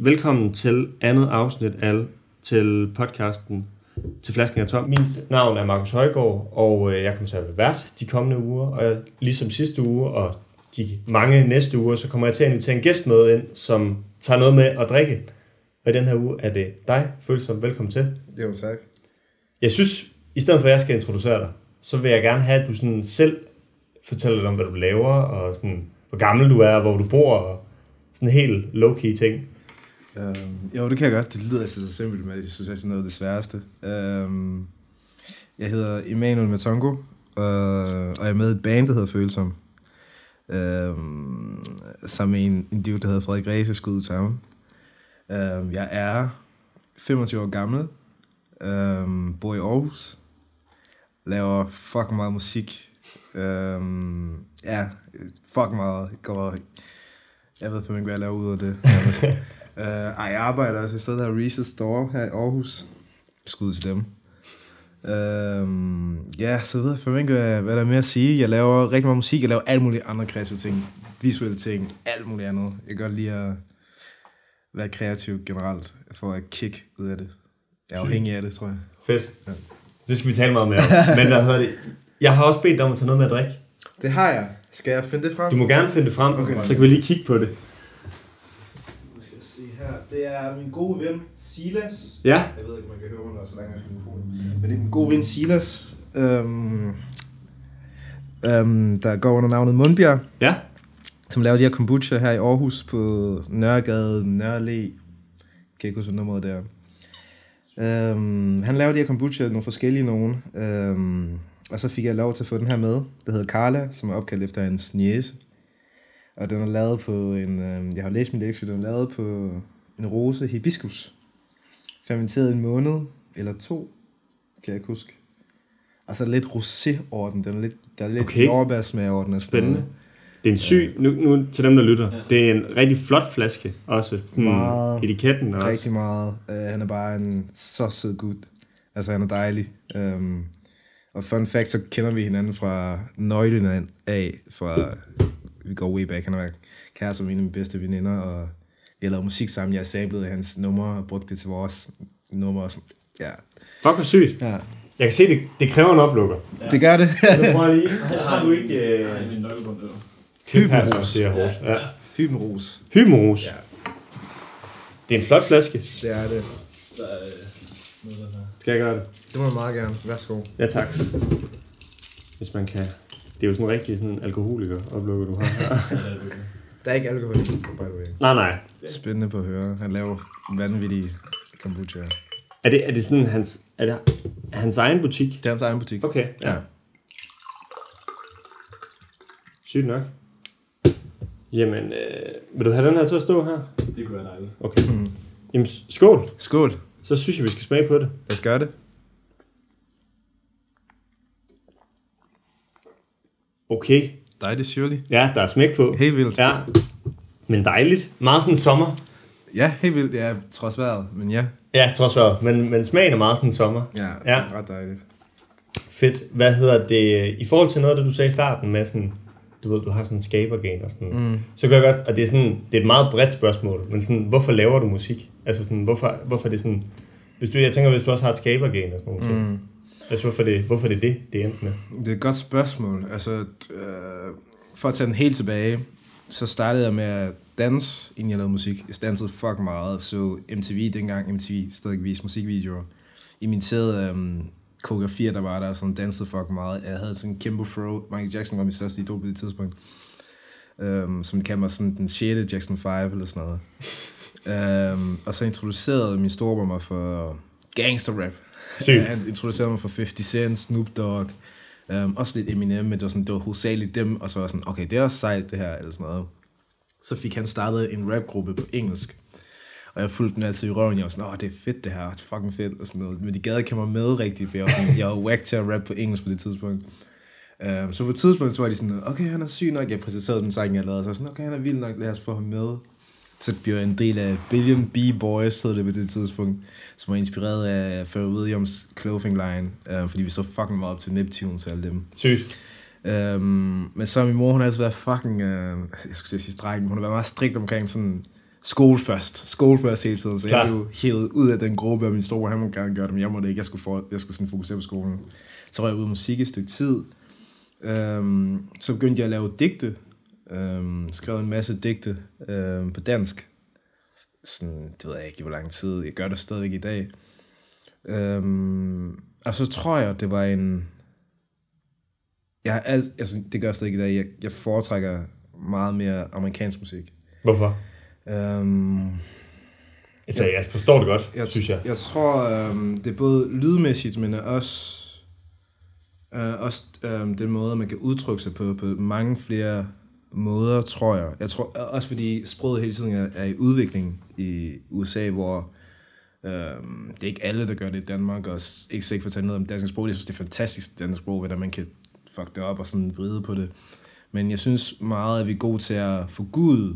Velkommen til andet afsnit til podcasten Til Flasken er tom. Mit navn er Markus Højgaard, og jeg kommer til at være vært de kommende uger. Og ligesom sidste uge og de mange næste uger, så kommer jeg til at invitere en gæst med ind, som tager noget med at drikke. Og i den her uge er det dig, Følsom. Velkommen til. Jo, tak. Jeg synes, i stedet for at jeg skal introducere dig, så vil jeg gerne have, at du sådan selv fortæller lidt om, hvad du laver, og sådan, hvor gammel du er, hvor du bor, og sådan helt low-key ting. Jo, det kan jeg godt. Det lyder altså så simpelt, men jeg synes, det er noget af det sværeste. Jeg hedder Emmanuel Matongo, og jeg er med i et band, der hedder Følsom. Sammen med en dude, der hedder Frederik Ræse, skud til ham. Jeg er 25 år gammel, bor i Aarhus, laver fucking meget musik. Fucking meget. Jeg ved ikke, hvad jeg laver ud af det. Jeg arbejder også i stedet her Reese's Store her i Aarhus. Skud til dem. Så ved jeg ikke, hvad der er mere at sige. Jeg laver rigtig meget musik. Jeg laver alle mulige andre kreative ting. Visuelle ting. Alt muligt andet. Jeg kan godt lide at være kreativ generelt. For at kick ud af det. Jeg er afhængig af det, tror jeg. Fedt. Ja. Det skal vi tale meget mere om. Men hvad hedder det? Jeg har også bedt dig om at tage noget med at drikke. Det har jeg. Skal jeg finde det frem? Du må gerne finde det frem, okay. Så kan vi lige kigge på det. Nu skal jeg se her. Det er min gode ven, Silas. Ja. Jeg ved ikke, om man kan høre mig, når så langt jeg skal mikrofonen. Men det er min gode ven, Silas, der går under navnet Mundbjerg. Ja. Som laver de her kombucha her i Aarhus på Nørregade, Nørrelæ. Kan jeg ikke huske nummeret der. Han laver de her kombucha, nogle forskellige nogen. Og så fik jeg lov til at få den her med. Det hedder Carla, som er opkaldt efter en niece. Og den er lavet på en... jeg har læst min lektie, den er lavet på en rose hibiscus. Fermenteret en måned eller 2, kan jeg ikke huske. Og så lidt rosé over den. Der er lidt jordbærsmag over den. Spændende. Det er en syg... Nu til dem, der lytter. Ja. Det er en rigtig flot flaske også. Sådan meget, etiketten også. Rigtig meget. Han er bare en så sød gut. Altså, han er dejlig. Og fun fact, så kender vi hinanden fra nøglen af, vi går way back, han har været kæreste med en af mine bedste veninder, og vi har lavet musik sammen, jeg samlede hans numre og brugte det til vores numre. Ja. Fuck, hvor sygt. Ja. Jeg kan se, det kræver en oplukker. Ja. Det gør det. Så prøv lige, har du ikke... Hybenros. Ja. Hybenros. Hybenros. Ja. Det er en flot flaske. Det er det. Skal jeg gøre det? Det må jeg meget gerne. Værsgo. Ja, tak. Hvis man kan... Det er jo sådan en rigtig sådan alkoholiker-oplukker, du har her. Der er ikke alkohol i, by the way. Nej. Spændende på at høre. Han laver vanvittige kombucha. Er det sådan hans egen butik? Det er hans egen butik. Okay, ja. Sygt nok. Jamen, vil du have den her til at stå her? Det kunne være dejligt. Okay. Jamen, skål. Skål. Så synes jeg, vi skal smage på det. Lad os gøre det. Okay. Dejligt syrligt. Ja, der er smæk på. Helt vildt. Ja, men dejligt. Meget sådan sommer. Ja, helt vildt. Ja, trods vejret, men ja. Ja, trods vejret. Men smagen er meget sådan sommer. Ja, ret dejligt. Fedt. Hvad hedder det? I forhold til noget, der du sagde i starten med sådan... Du ved, du har sådan en skabergen og sådan. Så kan jeg godt... Og det er sådan... Det er et meget bredt spørgsmål. Men sådan, hvorfor laver du musik? Altså sådan, hvorfor det sådan... Jeg tænker, hvis du også har et skabergen og sådan noget ting. Altså, hvorfor det endte med? Det er et godt spørgsmål. Altså, for at tage den helt tilbage, så startede jeg med at danse, inden jeg lavede musik. Jeg dansede fucking meget, så MTV dengang, MTV stadig viste musikvideoer. Imiterede koreografier, der var der, sådan dansede fucking meget. Jeg havde sådan en kæmpe fro. Michael Jackson var min største idol på det tidspunkt. Som kaldte mig sådan den 6. Jackson 5 eller sådan noget. Og så introducerede min storebror mig for gangster rap. Han introducerede mig for 50 Cent, Snoop Dogg, også lidt Eminem, men det var hovedsageligt dem, og så var sådan, okay, det er også sejt det her, eller sådan noget. Så fik han startet en rapgruppe på engelsk, og jeg fulgte den altid i røven, jeg var sådan, det er fedt det her, det er fucking fedt, og sådan noget. Men de gad ikke mig med rigtigt, for jeg var whack til at rappe på engelsk på det tidspunkt. Så på et tidspunkt, så var de sådan, okay, han er syg nok, jeg præsenterede den sang, jeg lavede, så sådan, okay, han er vild nok, lad os få ham med. Så blev jeg en del af Billion B-Boys, hed det på det tidspunkt, som var inspireret af Pharrell Williams clothing line, fordi vi så fucking meget op til Neptune og alle dem. Sygt. Men så min mor, hun har altid været fucking, jeg skulle sige strækken, hun har været meget strikt omkring sådan skole først hele tiden, så jeg blev hævet ud af den gruppe, og min store, han må gerne gøre det, men jeg måtte ikke, jeg skulle sådan fokusere på skolen. Så var jeg ude i musik et stykke tid, så begyndte jeg at lave digte, skrev en masse digte på dansk, sådan, det ved jeg ikke i hvor lang tid, jeg gør det stadigvæk i dag, og så tror jeg, det var det gør jeg stadig i dag, jeg foretrækker meget mere amerikansk musik. Hvorfor? Jeg forstår det godt, synes jeg. Jeg tror, det er både lydmæssigt, men også den måde, man kan udtrykke sig på mange flere måder, tror jeg. Jeg tror også, fordi sproget hele tiden er i udvikling i USA, hvor det er ikke alle, der gør det i Danmark, og ikke sikkert fortælle noget om dansk sprog. Jeg synes, det er fantastisk, dansk sprog, hvordan man kan fuck det op og sådan vride på det. Men jeg synes meget, at vi er gode til at forgude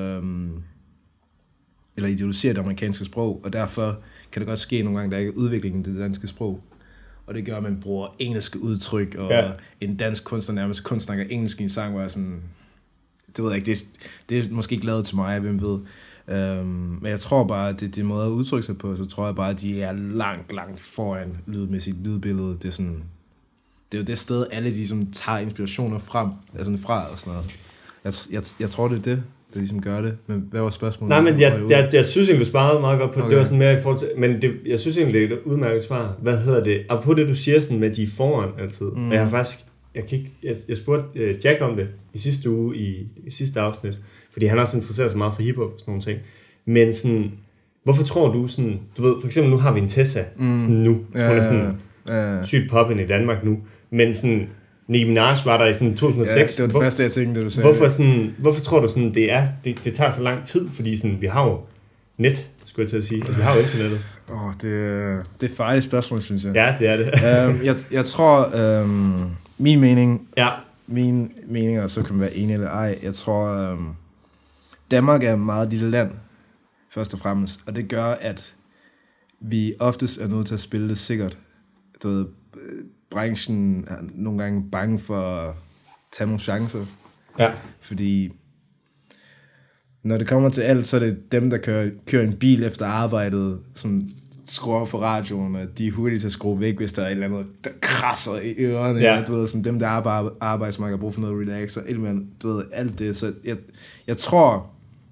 eller idealisere det amerikanske sprog, og derfor kan det godt ske nogle gange, der ikke er udviklingen i det danske sprog. Og det gør, at man bruger engelske udtryk, og en dansk kunstner nærmest kun snakker engelsk i en sang, hvor jeg sådan, det ved jeg ikke, det er måske ikke lavet til mig, hvem ved. Men jeg tror bare, at det er måde at udtrykke sig på, så tror jeg bare, at de er langt foran lydmæssigt lydbillede. Det er sådan, det er jo det sted, alle de som tager inspirationer fra og sådan noget. Jeg tror, det er det, der ligesom gør det. Men hvad var spørgsmålet? Nej, men jeg synes egentlig, du sparede meget godt på det. Okay. Det var sådan mere i forhold til, men jeg synes egentlig, det er et udmærket svar. Hvad hedder det? Og på det, du siger sådan med, de er foran altid. Og jeg har faktisk, jeg spurgte Jack om det i sidste uge, i sidste afsnit, fordi han også interesserer sig meget for hiphop og sådan nogle ting. Men sådan, hvorfor tror du sådan, du ved, for eksempel nu har vi en Tessa, sådan nu. Hun er sådan sygt poppen i Danmark nu. Men sådan, Nicki Minaj var der i sådan 2006. Ja, det var det første, jeg tænkte, da du sagde hvorfor tror du sådan, det tager så lang tid? Fordi sådan, vi har jo net, skulle jeg til at sige. Altså, vi har jo internettet. Det er farligt spørgsmål, synes jeg. Ja, det er det. Jeg tror, min mening, og så kan man være enig eller ej, jeg tror, Danmark er et meget lille land, først og fremmest. Og det gør, at vi oftest er nødt til at spille det sikkert. Du ved, branchen er nogle gange bange for at tage nogle chancer. Ja. Fordi når det kommer til alt, så er det dem, der kører en bil efter arbejdet, som skruer for radioen, og de er hurtige til at skrue væk, hvis der er et eller andet, der krasser i ørerne. Ja. Du ved, sådan dem, der arbejdsmarkedet har brug for noget relax, og du ved, alt det. Så jeg tror,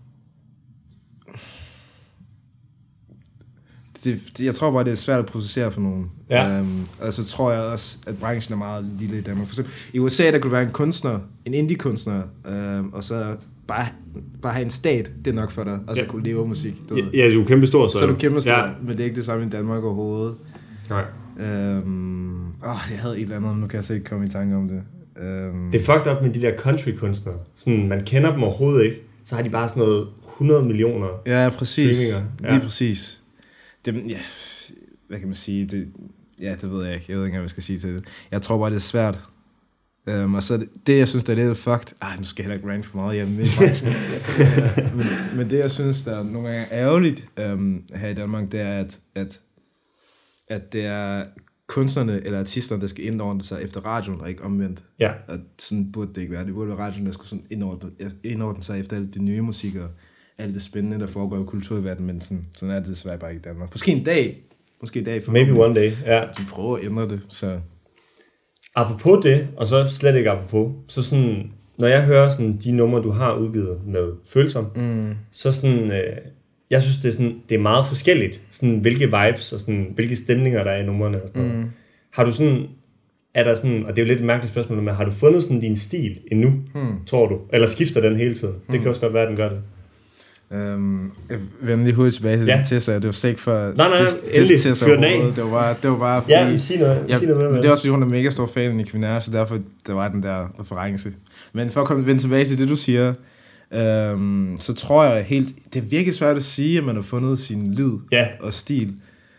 jeg tror bare, det er svært at processere for nogen. Ja. Og så tror jeg også, at branchen er meget lille i Danmark. For eksempel, i USA, der kunne være en kunstner, en indie-kunstner, og så bare have en stat, det er nok for dig, og så kunne leve af musik. Du er jo kæmpe stor, så. Så er du kæmpe stor, men det er ikke det samme i Danmark overhovedet. Nej. Jeg havde et eller andet, nu kan jeg så ikke komme i tanke om det. Det er fucked up med de der country-kunstnere. Sådan, man kender dem overhovedet ikke, så har de bare sådan noget 100 millioner streaminger. Lige præcis. Hvad kan man sige? Det ved jeg ikke. Jeg ved ikke, hvad jeg skal sige til det. Jeg tror bare, det er svært. Og så det, jeg synes, der er lidt fucked. Nu skal jeg heller ikke rant for meget hjemme. Men det, jeg synes, der nogle gange er ærgerligt her i Danmark, det er, at det er kunstnerne eller artisterne, der skal indordne sig efter radioen, og ikke omvendt. Ja. Og sådan burde det ikke være. Det burde være radioen, der skulle sådan indordne sig efter alt det nye musik og alt det spændende, der foregår i kulturverdenen, men sådan er det desværre bare ikke i Danmark. Måske en dag maybe one day, ja. De prøver at ændre det, så. Apropos det, og så slet ikke apropos, så sådan, når jeg hører sådan de numre, du har udgivet med Følsom, så sådan, jeg synes, det er meget forskelligt, sådan, hvilke vibes og sådan, hvilke stemninger der er i numrene og sådan noget. Har du sådan, er der sådan, og det er jo lidt et mærkeligt spørgsmål, men har du fundet sådan din stil endnu, tror du? Eller skifter den hele tiden? Det kan også godt være, at den gør det. Jeg vender lige hurtigt tilbage til den Tessa. Det var slet ikke for nej, endelig, fyr den af. Det var bare fordi, ja, sig noget med det er også fordi, hun er mega stor fan af Nicki Minaj, så derfor der var den der reference. Men for at vende tilbage til det, du siger, så tror jeg helt, det er virkelig svært at sige, at man har fundet sin lyd og stil.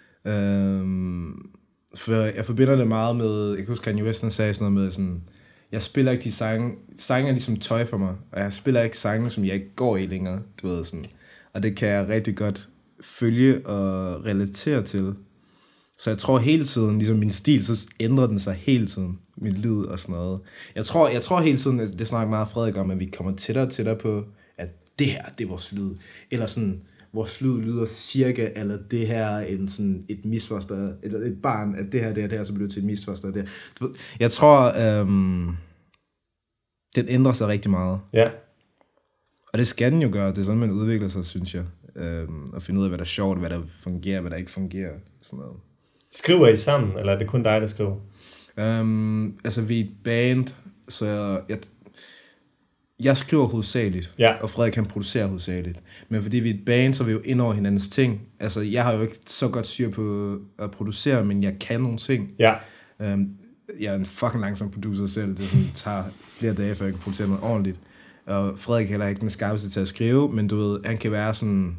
For jeg forbinder det meget med, jeg kan huske, Kanye West sagde sådan noget med sådan, jeg spiller ikke de sange er ligesom tøj for mig, og jeg spiller ikke sange, som jeg ikke går i længere, du ved sådan. Og det kan jeg rigtig godt følge og relatere til. Så jeg tror hele tiden, ligesom min stil, så ændrer den sig hele tiden, min lyd og sådan noget. Jeg tror hele tiden, det snakker meget Frederik om, at vi kommer tættere og tættere på, at det her, det er vores lyd. Eller sådan, vores lyd lyder cirka, eller det her er et misfoster, eller et barn, at det her, så bliver det til et misfoster. Jeg tror, den ændrer sig rigtig meget. Ja. Og det skal den jo gøre. Det er sådan, man udvikler sig, synes jeg. Og finde ud af, hvad der er sjovt, hvad der fungerer, hvad der ikke fungerer. Sådan noget. Skriver I sammen, eller er det kun dig, der skriver? Altså, vi er et band, så jeg skriver hovedsageligt, og Frederik kan producere hovedsageligt. Men fordi vi er et band, så er vi jo ind over hinandens ting. Altså, jeg har jo ikke så godt styr på at producere, men jeg kan nogle ting. Ja. Jeg er en fucking langsom producer selv. Det sådan, tager flere dage, før jeg kan producere noget ordentligt. Og Frederik heller ikke den skarpeste til at skrive, men du ved, han kan være sådan...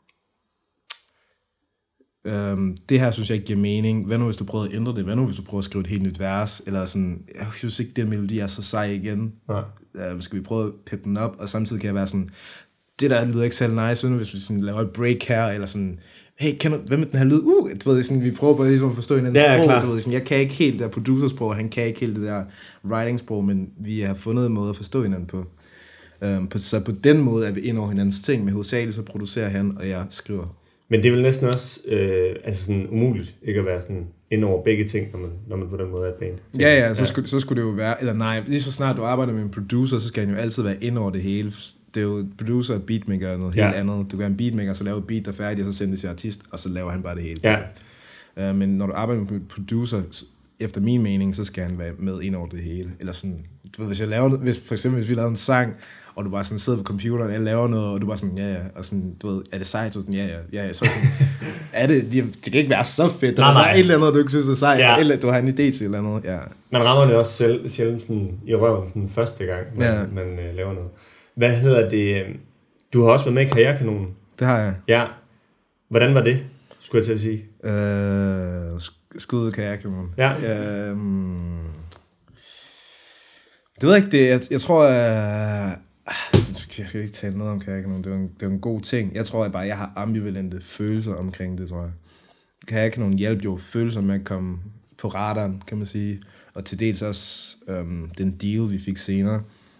det her synes jeg ikke giver mening. Hvad nu hvis du prøver at ændre det? Hvad nu hvis du prøver at skrive et helt nyt vers? Eller sådan, jeg synes ikke, den melodi er så sej igen. Skal vi prøve at peppe den op? Og samtidig kan jeg være sådan, det der lyder ikke særlig nice. Hvis vi sådan laver et break her, eller sådan, hey, hvad med den her lyd? Du ved, sådan, vi prøver bare ligesom at forstå hinandens sprog. Du ved, sådan, jeg kan ikke helt det der producersprog, han kan ikke helt det der writing-sprog, men vi har fundet en måde at forstå hinanden på. Så på den måde er vi ind over hinandens ting, men hovedsageligt så producerer han, og jeg skriver. Men det er vel næsten også altså sådan umuligt, ikke at være sådan ind over begge ting, når man på den måde er et band. Ja, så skulle det jo være, eller nej, lige så snart du arbejder med en producer, så skal han jo altid være ind over det hele. Det er jo producer og beatmaker og noget helt andet. Du kan være en beatmaker, så laver et beat, der er færdig, og så sender det til artist, og så laver han bare det hele. Ja. Men når du arbejder med en producer, efter min mening, så skal han være med ind over det hele. Eller sådan, du ved, hvis vi lavede en sang, og du bare sådan sidder på computeren, og jeg laver noget, og du bare sådan, ja, og sådan, du ved, er det sejt? Så sådan, ja, så sådan, det kan ikke være så fedt, der er et eller andet, du ikke synes er sejt, eller du har en idé til et eller andet, Man rammer det også sjældent sådan i røven sådan første gang, man laver noget. Hvad hedder det? Du har også været med i Karrierekanonen. Det har jeg. Ja. Hvordan var det, skulle jeg til at sige? Skud Karrierekanonen. Ja. Det ved jeg ikke, jeg tror, jeg skal ikke tale noget om Karrierekanonen. Det var en god ting. Jeg tror bare, jeg har ambivalente følelser omkring det, tror jeg. Karrierekanonen hjalp jo følelser med at komme på radaren, kan man sige. Og til dels også den deal, vi fik senere.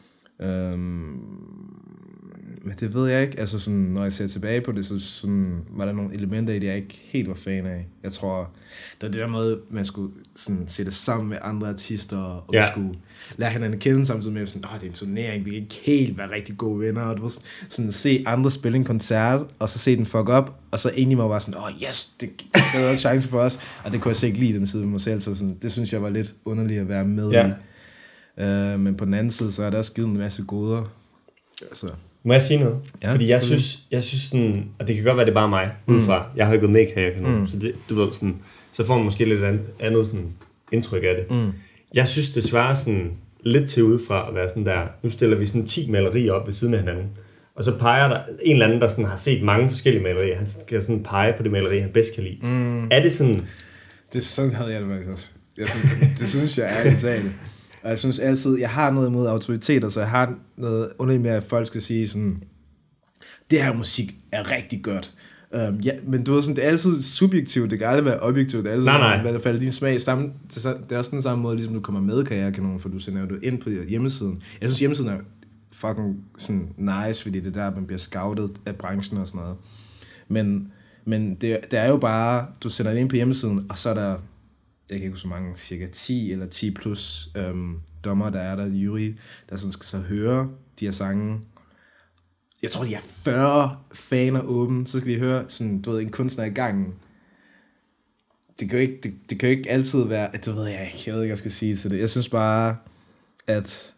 Men det ved jeg ikke. Altså sådan, når jeg ser tilbage på det, så sådan, var der nogle elementer i det, jeg ikke helt var fan af. Jeg tror, det var det der måde, man skulle sådan, sætte sammen med andre artister, og vi skulle lære hinanden kende samtidig med, sådan, det er en turnering, vi kan ikke helt være rigtig gode venner, og du ved, sådan, se andre spille en koncert, og så se den fuck op, og så egentlig var bare sådan, yes, det er en chance for os, og det kunne jeg så ikke lide den side med mig selv, så sådan, det synes jeg var lidt underligt at være med i. Men på den anden side, så er der også givet en masse goder. Altså. Må jeg sige noget? Ja, fordi jeg synes sådan, og det kan godt være, det er bare mig udefra. Jeg har ikke været med i Karrierekanonen, så det, du ved sådan, så får man måske lidt andet sådan indtryk af det. Jeg synes det svarer sådan lidt til udefra at være sådan der, nu stiller vi sådan 10 malerier op ved siden af hinanden, og så peger der en eller anden, der sådan har set mange forskellige malerier, han skal sådan pege på det maleri, han bedst kan lide. Er det sådan? Sådan havde jeg det faktisk også. Det synes jeg er i tale. Og jeg synes altid, jeg har noget imod autoriteter, så jeg har noget underligt med, at folk skal sige sådan, det her musik er rigtig godt. Men du ved sådan, det er altid subjektivt, det kan aldrig være objektivt, det er altid sådan, hvad der falder din smag sammen. Det er også den samme måde, ligesom du kommer med Karrierekanonen, for du sender jo ind på hjemmesiden. Jeg synes hjemmesiden er fucking sådan nice, fordi det der, man bliver scoutet af branchen og sådan noget. Men det er jo bare, du sender det ind på hjemmesiden, og så er der, jeg kan ikke huske så mange, cirka 10 eller 10 plus dommer, der er der i jury, der sådan skal så høre de her sange. Jeg tror, de er 40 faner åbent, så skal de høre sådan, du ved, en kunstner i gangen. Det kan jo ikke altid være, det ved jeg ikke, hvad jeg skal sige til det. Jeg synes bare, at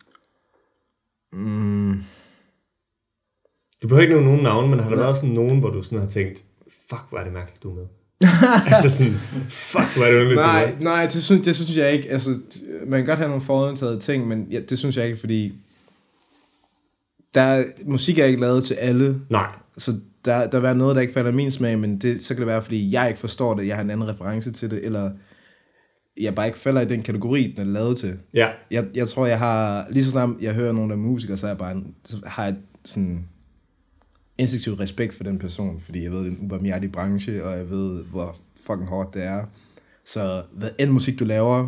du behøver ikke nævne nogen navn, men har der været sådan nogen, hvor du sådan har tænkt, fuck, hvor er det mærkeligt, du er med? Altså sådan, fuck, hvor er det underligt, nej, det synes jeg ikke. Altså, man kan godt have nogle forudtaget ting, men det synes jeg ikke, fordi musik er ikke lavet til alle. Nej. Så der vil være noget, der ikke falder min smag, men så kan det være, fordi jeg ikke forstår det, jeg har en anden reference til det, eller jeg bare ikke falder i den kategori, den er lavet til. Ja. Jeg tror, jeg har, lige så snart jeg hører nogle af musikere, så har jeg sådan instinktiv respekt for den person, fordi jeg ved, det er en ubarmhjertig branche, og jeg ved, hvor fucking hårdt det er. Så hvad end musik du laver,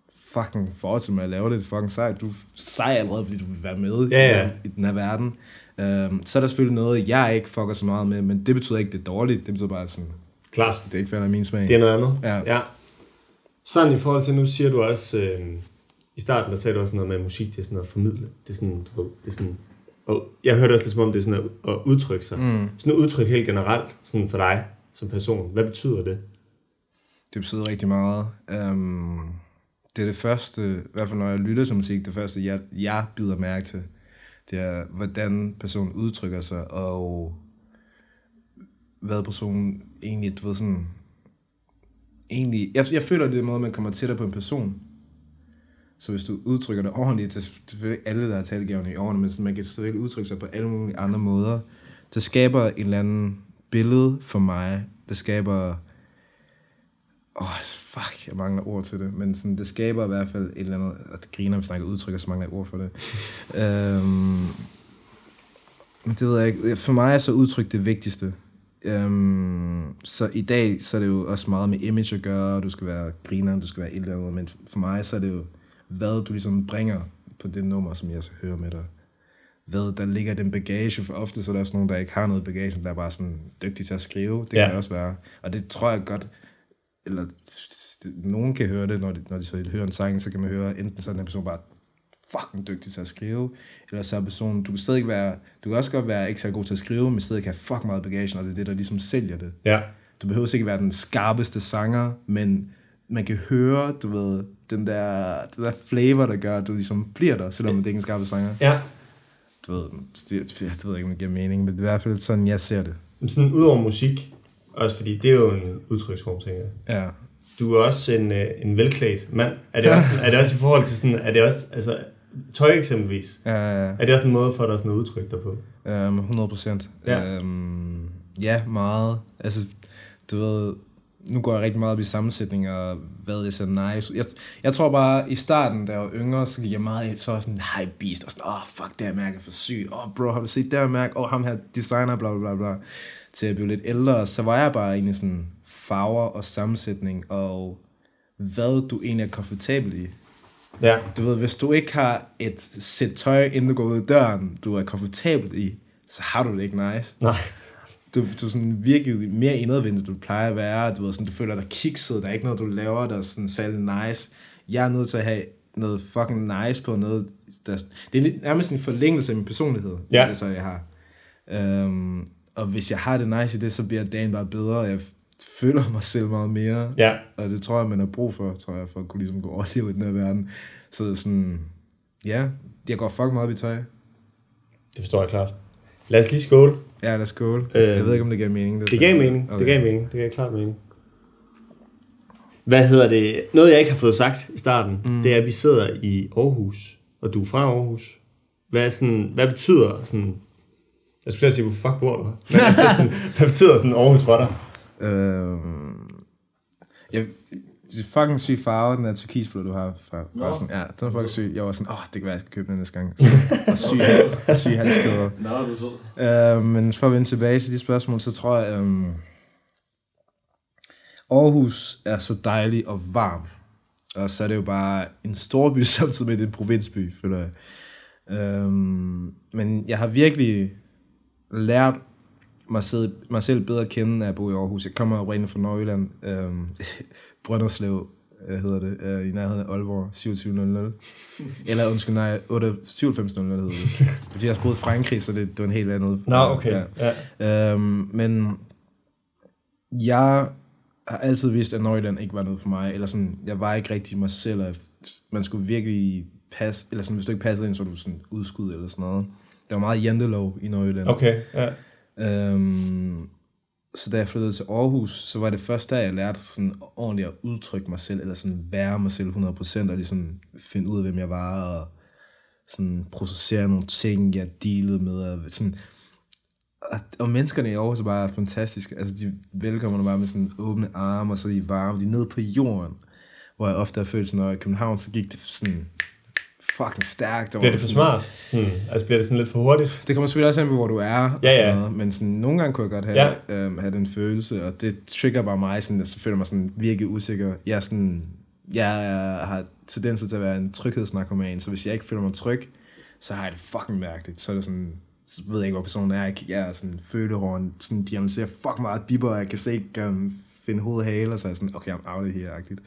fucking fortsæt med at lave det, fucking sejt. Du er sej allerede, fordi du vil være med i den her verden. Så er der selvfølgelig noget, jeg ikke fucker så meget med, men det betyder ikke, det er dårligt. Det betyder bare sådan, Klart. det er ikke falder min smag. Det er noget andet. Ja. Sådan i forhold til, nu siger du også, i starten der sagde du også noget med musik, det er sådan at formidle. Det er sådan, du ved, det er sådan, og jeg hørte også lidt som om, det er sådan at udtrykke sig. Sådan at udtrykke helt generelt, sådan for dig som person. Hvad betyder det? Det betyder rigtig meget. Det er det første, i hvert fald når jeg lytter til musik, det første, jeg bider mærke til, det er, hvordan personen udtrykker sig, og hvad personen egentlig, du ved sådan, egentlig, jeg føler, det er måde, man kommer tættere på en person. Så hvis du udtrykker det ordentligt, det er selvfølgelig ikke alle, der er talegavende i årene, men sådan, man kan selvfølgelig udtrykke sig på alle mulige andre måder. Det skaber en eller anden billede for mig. Det skaber... jeg mangler ord til det. Men sådan, det skaber i hvert fald et eller andet... Og det griner, hvis snakker udtrykker, så mangler jeg ord for det. Det ved jeg ikke. For mig er så udtryk det vigtigste. Så i dag, så er det jo også meget med image at gøre, du skal være griner, du skal være et eller andet, men for mig, så er det jo, hvad du ligesom bringer på det nummer, som jeg så hører med dig. Hvad der ligger i den bagage, for ofte så er der også nogen, der ikke har noget bagage, der er bare sådan dygtig til at skrive, det kan det også være. Og det tror jeg godt, eller nogen kan høre det, når de så hører en sang, så kan man høre, enten så er den person bare fucking dygtig til at skrive, eller så er personen, du kan også godt være ikke så god til at skrive, men stadig kan have fucking meget bagage, og det er det, der ligesom sælger det. Ja. Du behøver ikke være den skarpeste sanger, men man kan høre, du ved, den der flavor, der gør, at du ligesom bliver der, selvom det ikke er en skarpe sanger. Ja. Du ved, jeg ved ikke, om det giver mening, men det er i hvert fald sådan, jeg ser det. Men sådan ud over musik, også fordi det er jo en udtryksform, tænker jeg. Ja. Du er også en velklædt mand. Er det også i forhold til sådan, er det også, altså tøj eksempelvis? Ja. Er det også en måde for dig sådan at udtrykke dig på? 100%. Ja. Ja, meget. Altså, du ved, nu går jeg rigtig meget op i sammensætning og hvad det er så nice. Jeg tror bare, i starten, da jeg var yngre, så gik jeg meget så sådan hype beast, og sådan, fuck, det her mærke er for sygt. Bro, har du set det her mærke? Ham her designer, bla bla bla. Til jeg blev lidt ældre, så var jeg bare egentlig sådan farver og sammensætning, og hvad du egentlig er komfortabel i. Ja. Du ved, hvis du ikke har et sæt tøj, inden du går ud af døren, du er komfortabel i, så har du det ikke nice. Nej. Du er sådan virkelig mere indadvendt, end du plejer at være. Du ved, sådan, du føler dig kikset, der er ikke noget, du laver, der er sådan særlig nice. Jeg er nødt til at have noget fucking nice på noget. Det er nærmest en forlængelse af min personlighed, ja. Det så jeg har. Og hvis jeg har det nice i det, så bliver dagen bare bedre, og jeg føler mig selv meget mere. Ja. Og det tror jeg, man har brug for, for at kunne ligesom gå overleve i den her verden. Så sådan, ja, jeg går fucking meget op i tøj. Det forstår jeg klart. Lad os lige skåle. Ja, lad os skåle. Jeg ved ikke, om det gav mening. Det gav mening. Okay. Det gav klart mening. Hvad hedder det? Noget, jeg ikke har fået sagt i starten, det er, at vi sidder i Aarhus, og du er fra Aarhus. Hvad betyder sådan... Jeg skulle sige, hvor fuck bor du her? Hvad betyder sådan Aarhus for dig? Det er fucking syg farve, den der turkisblå, du har fra sådan, ja, den er fucking syg. Jeg var sådan, det kan være, jeg skal købe den næste gang. Og syg halvsteder. Nå, du er sød. Men for at vende tilbage til de spørgsmål, så tror jeg, Aarhus er så dejlig og varm. Og så er det jo bare en storby, samtidig med en provinsby, føler jeg. Men jeg har virkelig lært mig selv bedre at kende, af at bo i Aarhus. Jeg kommer oprindeligt fra Nordjylland, Brønderslev hedder det, i nærheden af Aalborg, 2700. Eller undskyld, nej, 9700 hedder det. Det er fordi, jeg har boet i Frankrig, så det var en helt andet. Nå, okay. Ja. Men jeg har altid vidst, at Nordjylland ikke var noget for mig, eller sådan, jeg var ikke rigtig mig selv, og man skulle virkelig passe, eller sådan, hvis du ikke passede ind, så var du sådan udskud eller sådan noget. Der var meget jantelov i Nordjylland. Okay, ja. Så da jeg flyttede til Aarhus, så var det først da, jeg lærte sådan ordentligt at udtrykke mig selv, eller sådan være mig selv 100%, og ligesom finde ud af, hvem jeg var, og sådan processere nogle ting, jeg dealede med, og sådan... Og menneskerne i Aarhus er bare fantastiske. Altså, de velkommer bare med sådan åbne arme, og så er de varme. De er nede på jorden, hvor jeg ofte har følt sådan, når i København, så gik det sådan fucking stærkt. Bliver det for smart? Altså, bliver det sådan lidt for hurtigt? Det kommer selvfølgelig også an på, hvor du er. Og ja. sådan noget, men sådan, nogle gange kunne jeg godt have den følelse, og det trigger bare mig, sådan, at så føler jeg mig sådan virkelig usikker. Jeg har tendenser til at være en tryghedsnarkoman, så hvis jeg ikke føler mig tryg, så har jeg det fucking mærkeligt. Så er det sådan... så ved jeg ikke, hvor personen er. Jeg er sådan følehorn, sådan diagnostiserer fuck meget bipper, og jeg kan se ikke finde hoved og hale, og så er jeg sådan, okay, I'm out of here-agtigt.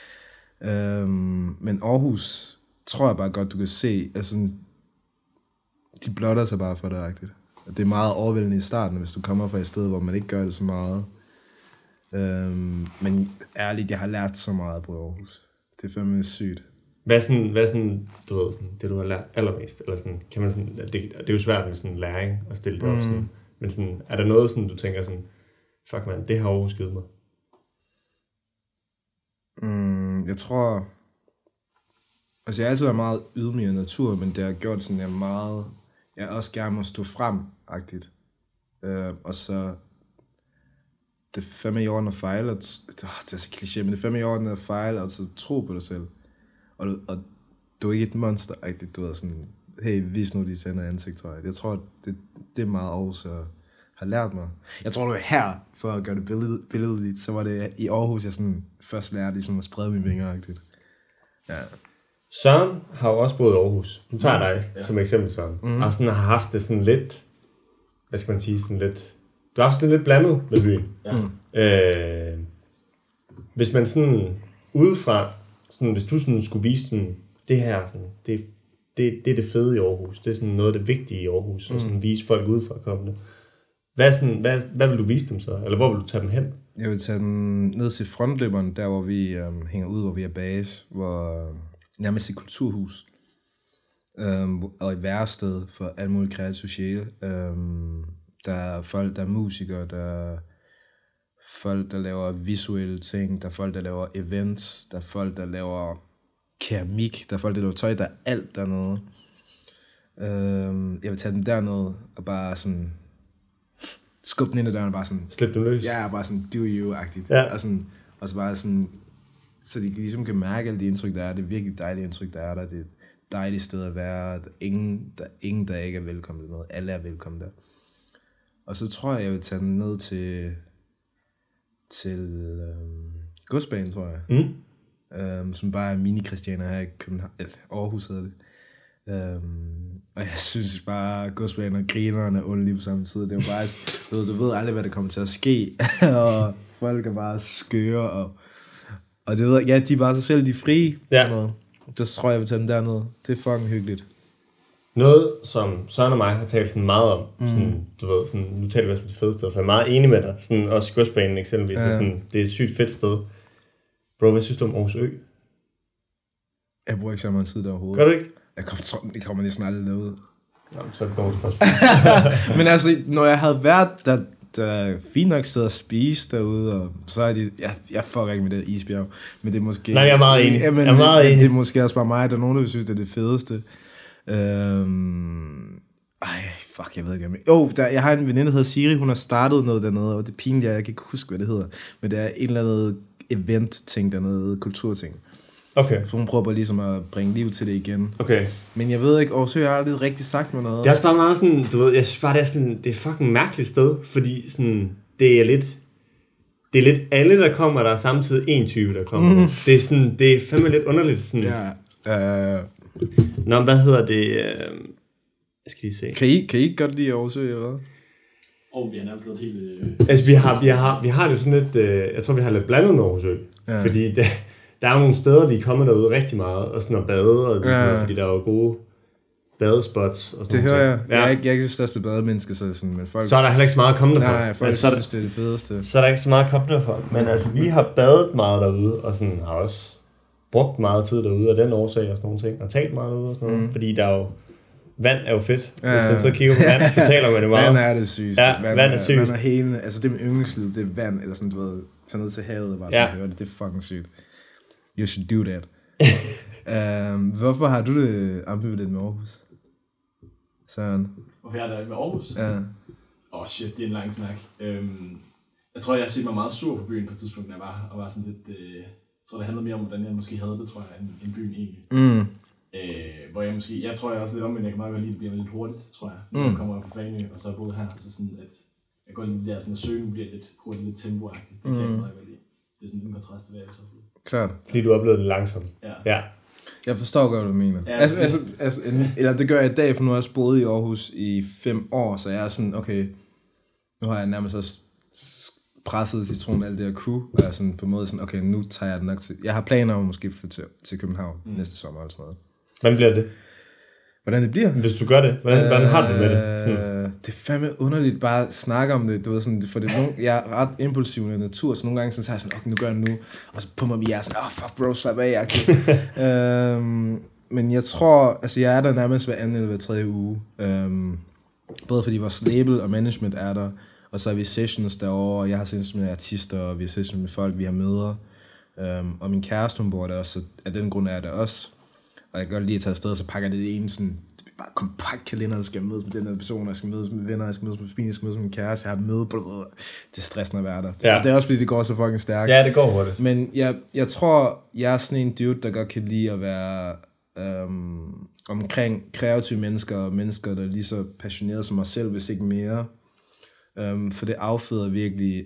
Men Aarhus, tror jeg bare godt, du kan se, altså, de blotter sig bare for det-agtigt. Det er meget overvældende i starten, hvis du kommer fra et sted, hvor man ikke gør det så meget. Men ærligt, jeg har lært så meget på Aarhus. Det er fandme sygt. Hvad er sådan, du ved, sådan, det du har lært allermest? Eller sådan, kan man sådan, det er jo svært med sådan læring at stille det op sådan. Men sådan, er der noget sådan, du tænker sådan, fuck man, det har Aarhus givet mig? Jeg tror, altså jeg har altid været meget ydmyg af natur, men det har gjort sådan, jeg også gerne må stå frem-agtigt. Og så, det er fandme i orden at fejle, det er så kliché, men det er fandme i orden at fejle, og så tro på dig selv. Og du er ikke et monster-agtigt, du er sådan, hey, vis nu de sender ansigt, tror jeg. Jeg tror, det er meget Aarhus har lært mig. Jeg tror, det var her, for at gøre det billedligt, så var det i Aarhus, jeg sådan først lærte ligesom at sprede mine vinger-agtigt. Ja. Søren har jo også boet i Aarhus. Nu tager jeg dig som eksempel, Søren. Og sådan har haft det sådan lidt, hvad skal man sige, sådan lidt, du har haft sådan lidt blandet med byen. Ja. Hvis man sådan udefra, sådan, hvis du sådan skulle vise sådan, det her, sådan, det er det fede i Aarhus. Det er sådan noget af det vigtige i Aarhus, og sådan vise folk udefra kommende. Hvad vil du vise dem så? Eller hvor vil du tage dem hen? Jeg vil tage dem ned til frontløberen, der hvor vi hænger ud, hvor vi er base, hvor nærmest et kulturhus. Og et værested for alle mulige kreative sjæle. Der er folk, der er musikere, der er folk, der laver visuelle ting, der er folk, der laver events, der er folk, der laver keramik, der er folk, der laver tøj, der er alt dernede. Jeg vil tage dem dernede og bare sådan skubbe den ind ad døren og bare sådan... Slip dem løs? Ja, bare sådan do you-agtigt. Ja. Og så bare sådan... Så de ligesom kan mærke alle de indtryk, der er. Det er virkelig dejlige indtryk, der er der. Det er et dejligt sted at være. Der er ingen, der ikke er velkommen med. Alle er velkommen der. Og så tror jeg vil tage den ned til Godsbanen, tror jeg. Som bare er mini-Christianer her i København. Aarhus hedder det. Og jeg synes bare, Godsbanen og grineren er underlige på samme tid. Det er jo bare, du ved aldrig, hvad der kommer til at ske. Og folk er bare skøre. Og det ved jeg, de er bare sig selv, de er frie. Ja. Så tror jeg vil tage dem dernede. Det er fucking hyggeligt. Noget, som Søren og mig har talt sådan meget om, sådan, du ved, sådan, nu taler vi også om de fede steder, for jeg er meget enig med dig, sådan, også Godsbanen eksempelvis, ja. Sådan, det er et sygt fedt sted. Bro, hvad synes du om Aarhus Ø? Jeg bruger ikke så meget tid der overhovedet. Gør du ikke? Jeg kommer næsten aldrig derud. Jamen, så er det dårligt spørgsmål. Men altså, når jeg havde været der er fint nok sted at spise derude, og så er de... Jeg fucker ikke med det isbjerg, men det er måske... Nej, jeg er meget enig. Jamen, jeg er meget enig. Det er måske også bare mig, der er nogen, der vil synes, det er det fedeste. Jeg ved ikke. Jeg har en veninde, der hedder Siri, hun har startet noget dernede, og det er pinligt, jeg kan ikke huske, hvad det hedder, men det er en eller anden event-ting dernede, kulturting. Okay. Så hun prøver ligesom at bringe liv til det igen. Okay. Men jeg ved ikke, Aarhus har aldrig rigtig sagt mig noget. Det er også bare meget sådan, du ved, jeg synes bare, det er sådan, det er fucking mærkeligt sted, fordi sådan, det er lidt alle, der kommer, der er samtidig en type, der kommer. Det er sådan, det er fandme lidt underligt. Sådan. Ja. Nå, hvad hedder det? Jeg skal lige se. Kan I ikke godt lide Aarhus, eller hvad? Vi har nærmest lidt helt... Altså, vi har det jo sådan lidt, jeg tror, vi har lidt blandet med Aarhus Ø. Ja. Fordi der er jo nogle steder, vi er kommet derude rigtig meget, og sådan at bade, og fordi der er jo gode badespots og sådan det hører jeg. Ja. Jeg er ikke det største bademenneske, så sådan, men folk... Så er der heller ikke så meget at komme derfra. Nej, folk synes, det er det fedeste. Så er der ikke så meget at komme derfra. Men altså, vi har badet meget derude, og sådan har også brugt meget tid derude af den årsag og sådan nogle ting, og talt meget derude og sådan noget, fordi der er jo... Vand er jo fedt. Hvis man så kigger på vand, så taler man det meget. Vand er det sygeste. Ja, vand er sygt. Vand er hele... Altså det med yndlingsliv, det er vand, eller sådan, du ved, tage ned til havet og bare sådan høre det. Det er fucking sygt. You should do that. Hvorfor har du det ambivalent med Aarhus? Søren? Hvorfor jeg er der med Aarhus? Ja. Shit, det er en lang snak. Jeg tror, jeg har set mig meget sur på byen på et tidspunkt, da jeg var, og var sådan lidt... jeg tror, det handlede mere om, hvordan jeg måske havde det, tror jeg, end byen egentlig. Hvor jeg tror, jeg er også lidt omvendt, jeg kan meget godt lide, det bliver lidt hurtigt, tror jeg. Når jeg kommer fra Fanø, og så er jeg boet her, så sådan, at jeg går lidt der sådan, at søgen bliver lidt hurtigt, lidt tempoagtigt. Det kan jeg meget godt lide. Det er sådan en kontrast til, hvad jeg så har. Klart. Fordi du oplevede det langsomt. Ja. Jeg forstår godt, hvad du mener. Ja, Eller det gør jeg i dag, for nu har jeg også boet i Aarhus i 5 år, så jeg er sådan, okay, nu har jeg nærmest også presset citronen alt det her crew, og jeg er sådan på en måde sådan, okay, nu tager jeg det nok til. Jeg har planer om at skifte til København næste sommer eller sådan noget. Hvordan bliver det? Hvordan det bliver? Hvis du gør det, hvordan har du med det? Sådan. Det er fandme underligt bare at snakke om det, du ved sådan, for det jeg er ret impulsiv i natur, så nogle gange så er jeg sådan, okay, nu gør jeg det nu, og så på mig vi er sådan, fuck bro, slap af, men jeg tror, altså jeg er der nærmest hver anden eller hver tredje uge, både fordi vores label og management er der, og så har vi sessions derovre, og jeg har sessions med artister, og vi har sessions med folk, vi har møder, og min kæreste, hun bor der også, så af den grund er jeg der også. Og jeg kan godt lide at tage afsted, så pakker det ene sådan, bare kompakt kalender, der skal mødes med den her person, jeg skal mødes med venner, jeg skal mødes med familie, jeg skal mødes med min kæreste, jeg har møde på det er stressende at være der. Ja. Og det er også fordi, det går så fucking stærkt. Ja, det går hurtigt. Men jeg tror, jeg er sådan en dude, der godt kan lide at være omkring kreative mennesker, og mennesker, der er lige så passionerede som mig selv, hvis ikke mere. For det afføder virkelig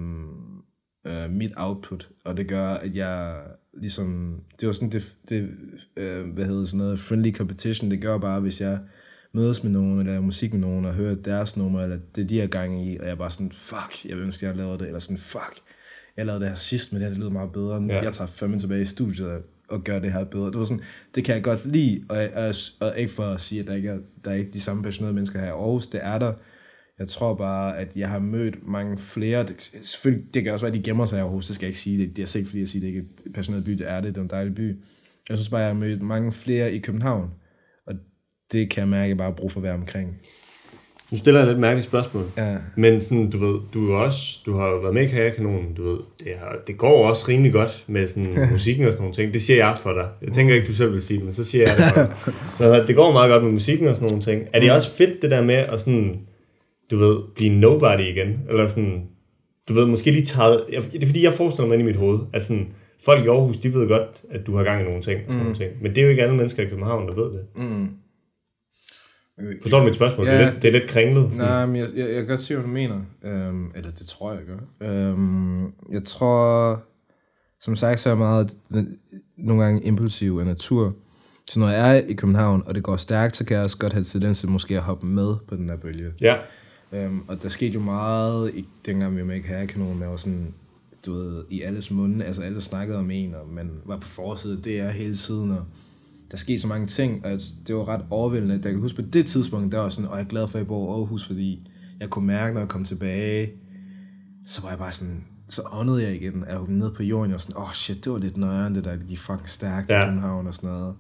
mit output, og det gør, at jeg ligesom, det var sådan det hvad hedder sådan noget, friendly competition, det gør bare, hvis jeg mødes med nogen, eller musik med nogen, og hører deres nummer, eller det de er gang i, og jeg er bare sådan, fuck, jeg ønsker, jeg lavede det, eller sådan, fuck, jeg lavede det her sidst, men det lyder meget bedre, jeg tager 5 minutter tilbage i studiet, og gør det her bedre. Det var sådan, det kan jeg godt lide, og ikke for at sige, at der er ikke de samme passionerede mennesker her i Aarhus, det er der. Jeg tror bare, at jeg har mødt mange flere. Selvfølgelig, det kan også være, at de gemmer sig i Aarhus, det skal jeg ikke sige. Det er sikkert, fordi jeg siger, at det ikke er et passioneret by, det er det. Det er en dejlig by. Jeg synes bare, at jeg har mødt mange flere i København, og det kan jeg mærke, at jeg bare har brug for at være omkring. Nu stiller jeg et lidt mærkeligt spørgsmål. Ja. Men sådan, du ved, du har jo været med i Karrierekanonen, du ved, det går også rimelig godt med sådan musikken og sådan nogle ting. Det siger jeg for dig. Jeg tænker ikke, du selv vil sige det, men så siger jeg det for dig. Det går meget godt med musikken og sådan nogle ting. Er det også fedt, det der med at sådan, du ved, blive nobody igen? Eller sådan, du ved, måske lige taget. Det er fordi, jeg forestiller mig ind i mit hoved, at sådan, folk i Aarhus, de ved godt, at du har gang i nogle ting. Sådan nogle ting. Men det er jo ikke alle mennesker i København, der ved det. Forstår du mit spørgsmål? Ja, det er lidt kringlet. Sådan. Nej, men jeg kan godt se, hvad du mener. Eller det tror jeg gør. Jeg tror, som sagt, så er jeg meget nogle gange impulsiv af natur. Så når jeg er i København, og det går stærkt, så kan jeg også godt have tendens til måske at hoppe med på den der bølge. Ja. Og der skete jo meget, dengang vi var med i Karrierekanonen, man var sådan, du ved, i alles munde, altså alle snakkede om en, og man var på forsiden, det er hele tiden, og der skete så mange ting, og det var ret overvældende. Jeg kan huske på det tidspunkt, der var sådan, og jeg er glad for, at jeg bor i Aarhus, fordi jeg kunne mærke, når jeg kom tilbage, så var jeg bare sådan, så åndede jeg igen, jeg var nede på jorden, og jeg var sådan, shit, det var lidt nøjeren, det der, det gik fucking stærkt i København og sådan noget.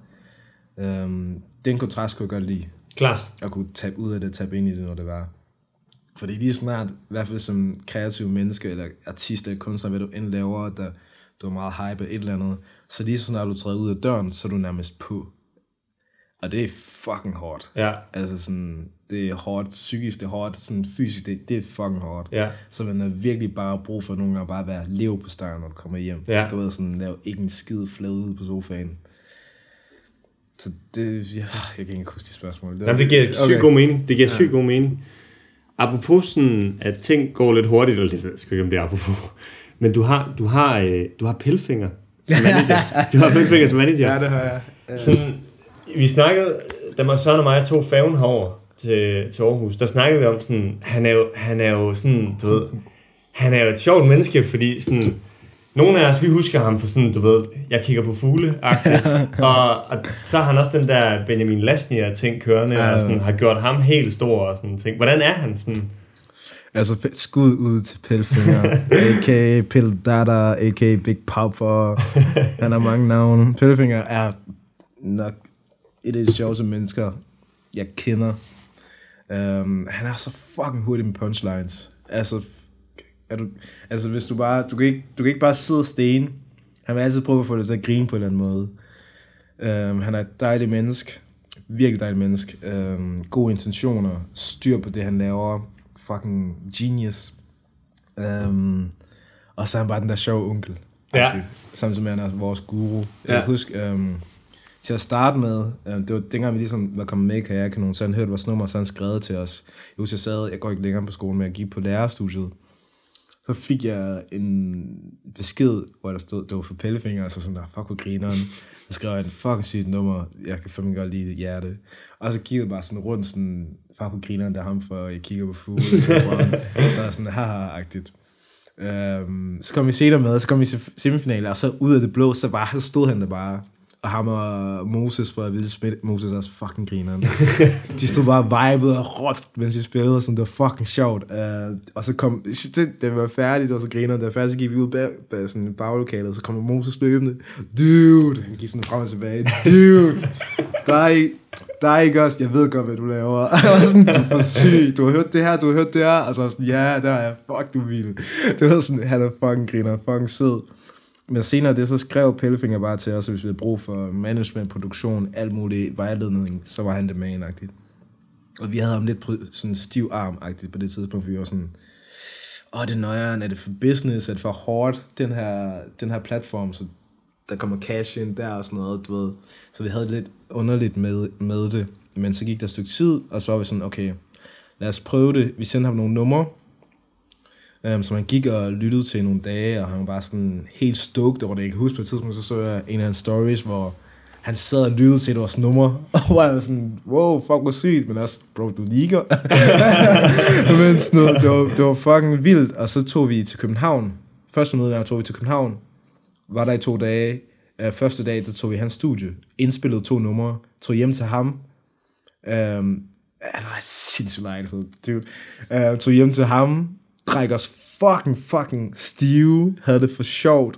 Den kontrast kunne jeg godt lide. Klart. At kunne tabe ud af det, tabe ind i det, når det var. Fordi lige snart, i hvert fald som kreativ menneske, eller artist eller kunstner, hvad du end laver, der du er meget hype et eller andet, så lige så snart du træder ud af døren, så er du nærmest på. Og det er fucking hårdt. Ja. Altså sådan, det er hårdt psykisk, det er hårdt sådan fysisk, det er fucking hårdt. Ja. Så man har virkelig bare brug for nogle gange bare være lev på stegen, når du kommer hjem. Ja. Du ved sådan, lave ikke en skid flade ude på sofaen. Så det, jeg kan ikke huske de spørgsmål. Det giver sygt god mening. Det giver sygt god mening. Apropos sådan, at ting går lidt hurtigt, eller jeg skal ikke om det er apropos, men du har Pelfinger som manager. Du har Pelfinger som manager. Ja, det har jeg. Sådan, vi snakkede, da man Søren og mig tog færgen herover til Aarhus, der snakkede vi om sådan, han er jo sådan, du ved, han er jo et sjovt menneske, fordi sådan, nogle af os, vi husker ham for sådan, du ved, jeg kigger på fugle-agtigt, og så har han også den der Benjamin Lasnier-ting kørende, og sådan, har gjort ham helt stor og sådan ting. Hvordan er han sådan? Altså, skud ud til Pelfinger, a.k.a. Pel Dada, a.k.a. Big Papa, han har mange navne. Pelfinger er nok et af de sjoveste mennesker, jeg kender. Han er så fucking hurtig med punchlines. Altså, hvis du bare, du kan ikke bare sidde og stene. Han vil altid prøve at få det til at grine på en eller anden måde. Han er et dejligt menneske, virkelig dejligt menneske. Gode intentioner, styr på det han laver, fucking genius. Og så er han bare den der sjove onkel. Ja. Samtidig med, han er vores guru. Jeg kan huske, til at starte med, det var dengang vi ligesom var kommet med i Karrierekanonen, så han hørte vores nummer, så han skrev til os. Jeg husker, jeg går ikke længere på skolen, men jeg gik på lærerstudiet. Så fik jeg en besked, hvor der stod, det var for Pellefinger, og så sådan der, fuck hvor grineren. Så skrev jeg en fucking sygt nummer, jeg kan fandme godt lide det hjerte. Og så kiggede jeg bare sådan rundt, sådan, fuck hvor grineren, der er ham for, jeg kigger på fugle. Så er sådan, haha-agtigt. Så kom vi senere med, så kom vi til semifinale, og så ud af det blå, så stod han der bare. Og ham og Moses, for at vide spille. Moses er også fucking grineren. De stod bare vibet og råbt, mens de spillede, og sådan, det var fucking sjovt. Og så kom, det var færdigt, det var så grineren. Det var færdigt, så gik vi ud bag sådan et baglokalet, og så kom Moses løbende. Dude! Han gik sådan frem og tilbage. Dude! Der er ikke også, jeg ved godt, hvad du laver. Og jeg var sådan, du er for syg. Du har hørt det her. Og så var sådan, ja, der er jeg. Fuck, du er vild. Det var sådan, han er fucking griner, fucking sød. Men senere det, så skrev Pellefinger bare til os, hvis vi havde brug for management, produktion, alt muligt vejledning, så var han det man-agtigt. Og vi havde ham lidt på sådan stiv arm-agtigt på det tidspunkt, for vi var sådan, det er nøjeren, er det for business, er det for hårdt, den her platform, så der kommer cash ind der og sådan noget, du ved. Så vi havde lidt underligt med det, men så gik der et stykke tid, og så var vi sådan, okay, lad os prøve det. Vi sendte ham nogle numre, så man gik og lyttede til nogle dage, og han var bare sådan helt stoked over det. Jeg kan huske på et tidspunkt, så jeg en af hans stories, hvor han sad og lyttede til vores numre, og hvor jeg var sådan, wow, fuck, hvor sygt, men også, bro, du liker. Men sådan noget, det var fucking vildt, og så tog vi til København. Første møde, tog vi til København, var der i 2 dage. Første dag, der tog vi hans studie, indspillede 2 numre, tog hjem til ham. Han var sindssygt lejlighed, dude. Tog hjem til ham, dræk os fucking stive, havde det for sjovt.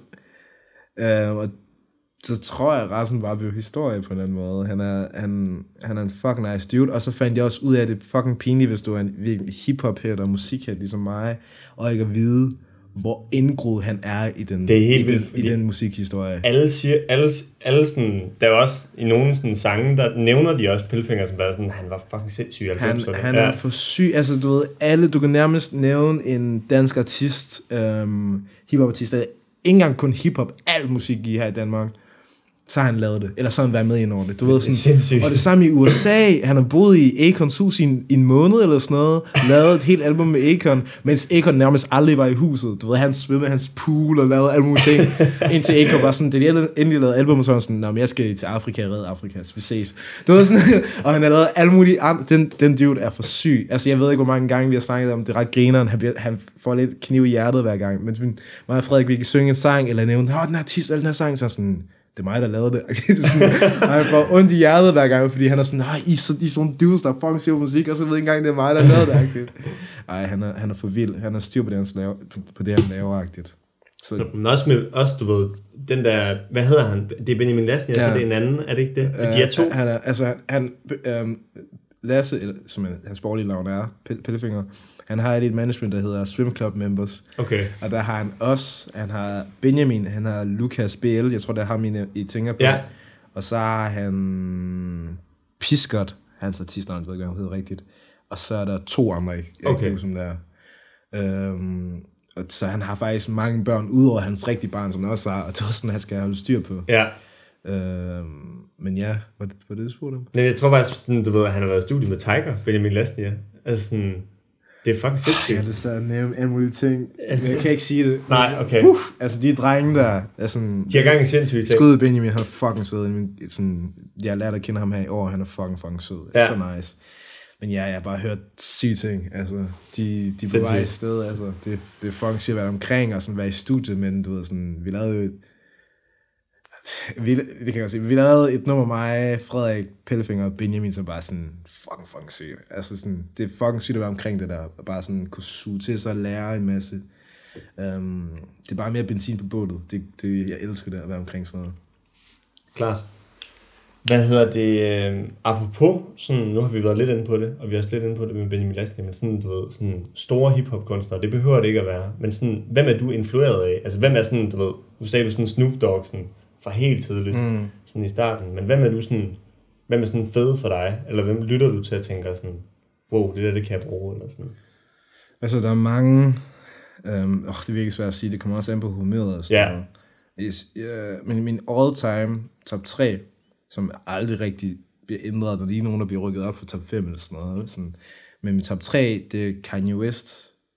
Og så tror jeg, at resten bare blev historie på en anden måde. Han er en fucking nice dude, og så fandt jeg også ud af, at det er fucking pinligt, hvis du er en virkelig hip-hop-head og musik-head, ligesom mig, og ikke at vide, hvor indgroet han er i den, i den musikhistorie. Alle sådan, der er også i nogle sådan sange, der nævner de også Pellefinger, som bare sådan, han var fucking sindssyg. Han er for syg, altså du ved, du kan nærmest nævne en dansk artist, hiphop-artist, der ikke engang kun hiphop, alt musik i her i Danmark, så har han lavet det, eller så har han været med ind over det. Du ved, sådan, sindssygt. Og det samme i USA, han har boet i Akons hus i en måned eller sådan noget, lavet et helt album med Akon, mens Akon nærmest aldrig var i huset. Du ved, han svømmede hans pool og lavede alle mulige ting, indtil Akon var sådan, det de endelig lavede album, og så var sådan, nå, men jeg skal til Afrika og redde Afrika, så vi ses. Du ved, sådan, og han har lavet alle mulige andre, den dude er for syg. Altså, jeg ved ikke, hvor mange gange vi har snakket om, det er ret grineren, han får lidt kniv i hjertet hver gang, men mig og Frederik, vi kan synge en sang, eller nævne, den artist, eller den her sang, så sådan, det er mig, der lavede det. Han får ondt i hjertet hver gang, fordi han er sådan, I er sådan nogle dudes, der fucking siger musik, og så ved jeg ikke engang, det er mig, der lavede det. Ej, han er for vild. Han er styr på det, han laver-agtigt. Så... Men også, du ved, den der, hvad hedder han? Det er Benjamin Lassen, så det er en anden, er det ikke det? De er 2? Lasse, eller, som hans borgerlige navn er, Pellefinger, han har et management, der hedder Swim Club Members. Okay. Og der har han har Benjamin, han har Lukas BL, jeg tror, det er ham, I tænker på. Ja. Og så har han Piskot, hans artistnavn, jeg ved ikke, hvad han hedder rigtigt. Og så er der 2 andre, okay, som der er. Og så han har faktisk mange børn, udover hans rigtige barn, som han også har, og det er sådan, han skal holde styr på. Ja. Men ja, var det du spurgte om? Nej, jeg tror faktisk, sådan, du ved, han har været i studiet med Tiger, Benjamin Lassen, ja. Altså sådan, det er fucking sindssygt. Jeg har lyst til at nævne alle mulige ting, men jeg kan ikke sige det. Nej, okay. Altså de drenge der, er sådan... De har gang i sindssygt ting. Skud Benjamin, han er fucking sød. Sådan, jeg har lært at kende ham her i år, han er fucking sød. Ja. Så nice. Men ja, jeg har bare hørt syge ting. Altså, de er på vej i sted. Altså, det er fucking sygt at være omkring og sådan være i studiet, men du ved sådan, vi lavede jo det kan jeg sige. Vi lavede et nummer mig, Frederik, Pellefinger og Benjamin, som bare sådan fucking sygt. Altså sådan, det er fucking sygt at være omkring det der, og bare sådan kunne suge til sig og lære en masse. Det er bare mere benzin på bålet. Jeg elsker det at være omkring sådan noget. Klart. Hvad hedder det? Apropos, sådan, nu har vi været lidt inde på det, og vi er også lidt inde på det med Benjamin Lassen, men sådan, du ved, sådan store hiphop-kunstnere, det behøver det ikke at være. Men sådan, hvem er du influeret af? Altså, hvem er sådan, du ved, nu sagde du sådan Snoop Dogg, sådan, fra helt tidligt, sådan i starten, men hvem er sådan fed for dig? Eller hvem lytter du til at tænke sådan, wow, det kan jeg bruge, eller sådan? Altså, der er mange, det er virkelig svært at sige, det kommer også an på humøret og sådan noget. Men min all-time top 3, som aldrig rigtig bliver ændret, når der er nogen, der bliver rykket op for top 5 eller sådan noget. Sådan. Men min top 3, det er Kanye West,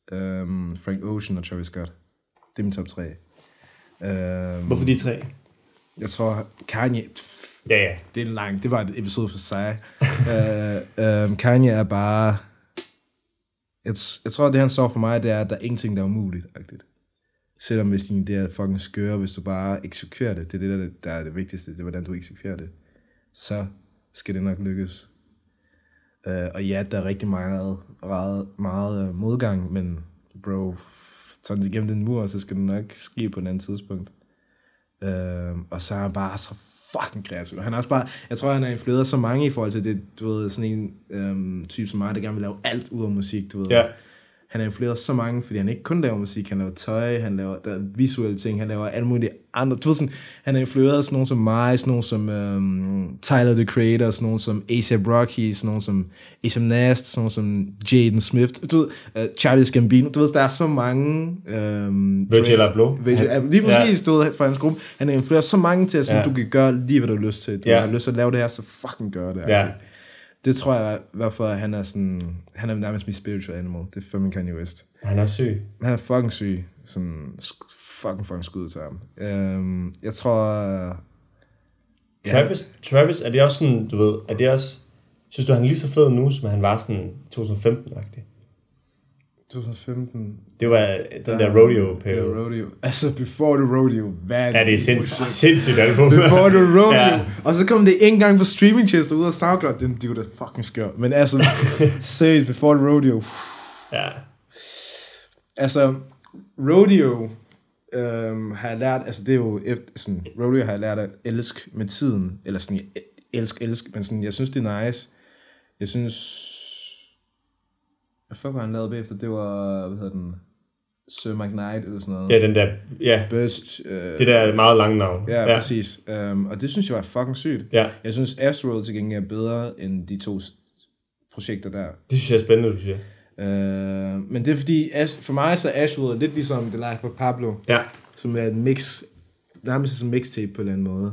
Frank Ocean og Travis Scott. Det er min top 3. Hvorfor de 3? Jeg tror, Kanye... Ja. Det er langt. Det var et episode for sig. Kanye er bare... Jeg tror, det han står for mig, det er, at der er ingenting, der er umuligt. Selvom hvis din idé er fucking skøre, hvis du bare eksekverer det, det er det, der er det vigtigste, det er, hvordan du eksekverer det, så skal det nok lykkes. Og ja, der er rigtig meget modgang, men bro, sådan igennem den mur, så skal det nok ske på et andet tidspunkt. Og så er han bare så fucking kreativ. Han er også bare, jeg tror, han har influeret så mange i forhold til det, du ved, sådan en type som mig, der gerne vil lave alt ud af musik, du ved. Ja. Han har influeret så mange, fordi han ikke kun laver musik, han laver tøj, han laver visuelle ting, han laver alle mulige andre. Du ved sådan, han har influeret sådan nogen som mig, sådan nogen som Tyler, the Creator, sådan nogen som A$AP Rocky, sådan nogen som A$AP Nast, sådan nogen som Jaden Smith, du ved, Childish Gambino, du ved, der er så mange... Virgil Abloh. Lige præcis, du ved, for hans gruppe. Han har influeret så mange til, at du kan gøre lige, hvad du har lyst til. Du har lyst til at lave det her, så fucking gør det. Ja. Det tror jeg, hvorfor han er sådan... Han er nærmest min spiritual animal. Det er fandme Kanye West. Han er syg. Han er fucking syg. Sådan fucking skud til ham. Jeg tror... Travis, er det også sådan, du ved, er det også... Synes du, han er lige så fed nu, som han var sådan 2015-agtig? 2015. Det var den der rodeo-periode. Rodeo. Altså, Before the Rodeo. Hvad ja, det er sindssygt album. Before the Rodeo. Ja. Og så kom det ikke engang på streamingtjenester ud af SoundCloud. Det var da fucking skør. Men altså, seriøst, Before the Rodeo. Ja. Altså, Rodeo har jeg lært, altså det er jo, sådan, Rodeo har jeg lært at elske med tiden. Eller sådan, elsk, men sådan, jeg synes, det er nice. Jeg synes... Hvad var han lavet bagefter? Det var, hvad hedder den? Sir McKnight eller sådan noget. Ja, den der, ja. Burst. Det der meget lange navn. Ja, præcis. Og det synes jeg var fucking sygt. Ja. Jeg synes, Astroworld til gengæld er bedre end de to projekter der. Det synes jeg er spændende, du siger. Men det er fordi, for mig så er Astroworld lidt ligesom The Life of Pablo. Ja. Som er et mix, nærmest som mixtape på en eller anden måde.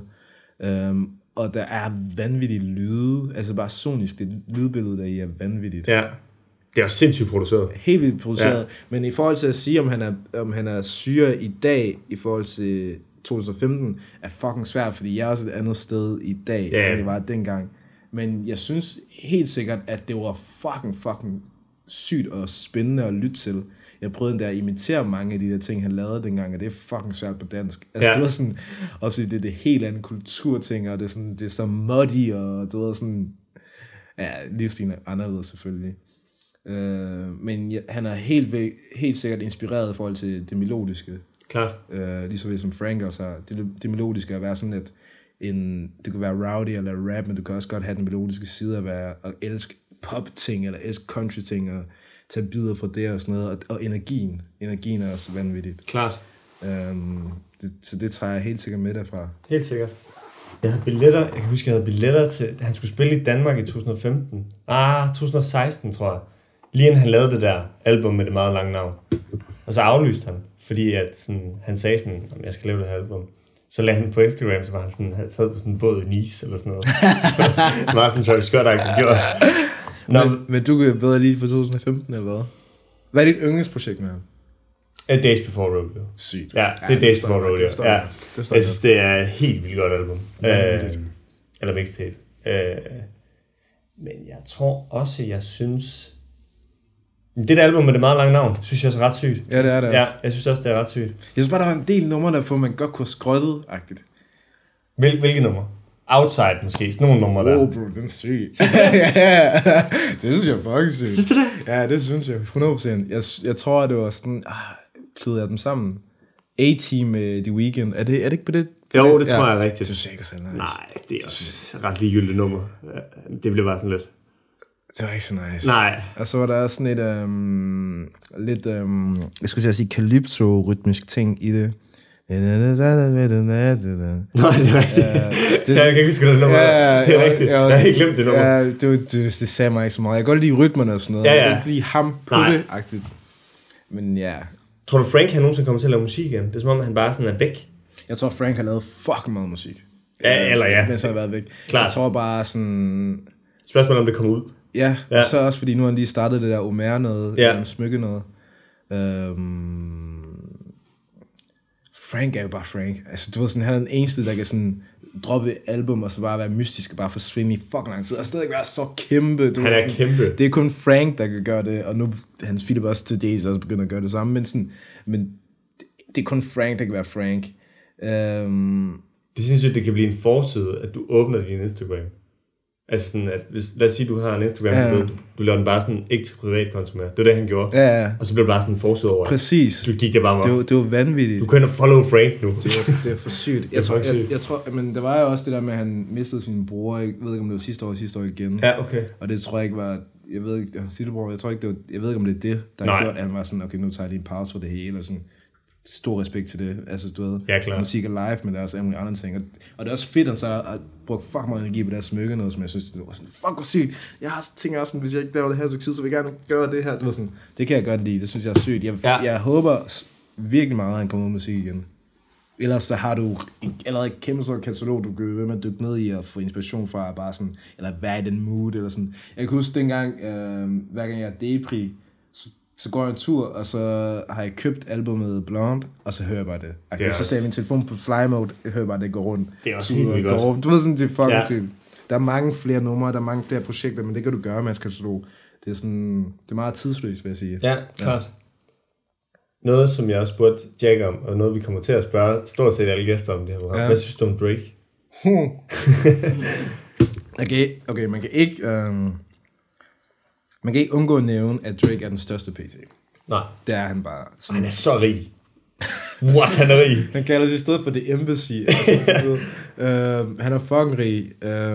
Og der er vanvittige lyde. Altså bare sonisk, det lydbillede der i er vanvittigt. Ja. Det er også sindssygt produceret. Helt vildt produceret. Ja. Men i forhold til at sige, om han er syre i dag, i forhold til 2015, er fucking svært, fordi jeg er også et andet sted i dag, end det var dengang. Men jeg synes helt sikkert, at det var fucking sygt og spændende at lytte til. Jeg prøvede endda at imitere mange af de der ting, han lavede dengang, og det er fucking svært på dansk. Altså, det var sådan, også det er det helt andet kulturting, og det er, sådan, det er så muddy, og du ved sådan, ja, livsstilen er anderledes selvfølgelig. Men han er helt sikkert inspireret i forhold til det melodiske. Klart. Ligesom som Frank også har. Det melodiske at være sådan, at det kan være rowdy eller rap, men du kan også godt have den melodiske side at elske pop-ting, eller elske country-ting, og tage bidder fra det og sådan noget. Og energien. Energien er også vanvittigt. Klart. Så det tager jeg helt sikkert med derfra. Helt sikkert. Jeg kan huske, jeg havde billetter til, han skulle spille i Danmark i 2015. 2016, tror jeg. Lige inden han lavede det der album med det meget lange navn. Og så aflyste han, fordi at sådan, han sagde sådan, om jeg skal lave det her album. Så lagde han på Instagram, så var han sådan, havde taget på sådan en båd i Nice, eller sådan noget. Det var sådan en Travis Scott, der ikke gjort. Men du kan bedre lige for 2015, eller hvad? Hvad er dit yndlingsprojekt med ham? Days Before Rodeo. Sygt. Ja, det er Days Before Rodeo. Ja. Jeg synes, det er et helt vildt godt album. Eller mixtape. Men jeg tror også, jeg synes... Det der album med det meget lange navn, synes jeg også er ret sygt. Ja, det er det også. Ja, jeg synes også, det er ret sygt. Jeg synes bare, der var en del numre, der får man godt kunne skrøttet-agtigt. Hvilke numre? Outside måske, sådan nogle numre der. Bro, den er syg. Ja, det synes jeg fucking sygt. Synes du det? Ja, det synes jeg 100%. Jeg tror, at det var sådan, kludede jeg dem sammen. A-Team med The Weeknd. Er det ikke på det? Jo, det tror jeg er rigtigt. Det synes jeg ikke er så nice. Nej, det er også ret ligegyldigt nummer. Det blev bare sådan lidt. Det var ikke så nice. Nej. Og så var der sådan lidt, jeg skal sige, calypso-rytmisk ting i det. Nej, det er rigtigt. Jeg kan ikke huske det nummer. Ja, det er rigtigt. Jeg har ikke glemt det nummer. Ja, det sagde mig ikke så meget. Jeg kan godt lide rytmerne og sådan noget. Ja. Jeg kan ikke lide ham på det-agtigt. Men ja. Tror du, Frank har nogensinde kommet til at lave musik igen? Det er som om, han bare sådan er væk. Jeg tror, Frank har lavet fucking meget musik. Ja, eller ja. Mens han har været væk. Klart. Jeg tror bare sådan... Spørgsmålet om det kommer ud. Ja, og så også fordi nu har han lige startet det der Omer noget, smykke noget. Frank er jo bare Frank. Altså, du ved sådan, han er den eneste, der kan sådan droppe et album, og så bare være mystisk, og bare forsvinde i fucking lang tid, og stadig være så kæmpe. Han er kæmpe. Det er kun Frank, der kan gøre det, og nu hans Philip også til det, så også begynder at gøre det samme, men det er kun Frank, der kan være Frank. Det synes jeg, det kan blive en forside, at du åbner din Instagram. Altså sådan, at lad os sige, du har en Instagram, du laver den bare sådan ikke til privatkonto mere. Det var det, han gjorde. Ja. Og så blev det bare sådan en forside over. Præcis. Du gik der bare med. Det var vanvittigt. Du kan ind og follow Frank nu. Det er for sygt. Jeg tror, men der var jo også det der med, at han mistede sin bror. Jeg ved ikke, om det var sidste år igen. Ja, okay. Og det tror jeg ikke var, jeg ved ikke, hans lillebror, jeg ved ikke, om det er det, der har gjort, at han var sådan, okay, nu tager jeg lige en pause for det hele, og sådan, stor respekt til det. Altså, du ved, musik er live, men der er også alle mulige andre ting. Og det er også fedt, at han så har brugt fuck meget energi på deres smykke, noget som jeg synes, det var sådan, fuck hvor sygt. Jeg har tænkt også, hvis jeg ikke laver det her succes, så vil jeg gerne gøre det her. Det var sådan, det kan jeg godt lide, det synes jeg er sygt. Jeg håber virkelig meget, at han kommer ud med musik igen. Ellers så har du allerede et kæmpe sådan katalog, du kan ved med at dykke ned i og få inspiration fra, bare sådan, eller være i den mood, eller sådan. Jeg kan huske dengang, hver gang jeg er depri, så går jeg en tur, og så har jeg købt albumet Blonde, og så hører jeg bare det. Så sætter min telefon på fly mode, jeg hører bare det går rundt. Det er også helt vildt godt. Du ved sådan, det er fucking sygt. Der er mange flere numre, der er mange flere projekter, men det kan du gøre med hans katalog. Det er sådan, det er meget tidsløst, vil jeg sige. Ja, klart. Ja. Noget, som jeg også spurgte Jack om, og noget, vi kommer til at spørge stort set alle gæster om det her program. Ja. Hvad synes du om Drake? Okay, man kan ikke undgå at nævne, at Drake er den største PT. Nej. Det er han bare. Sådan. Han er så rig. What, han er rig? Han kalder sig i stedet for The Embassy. Altså, han er fucking rig.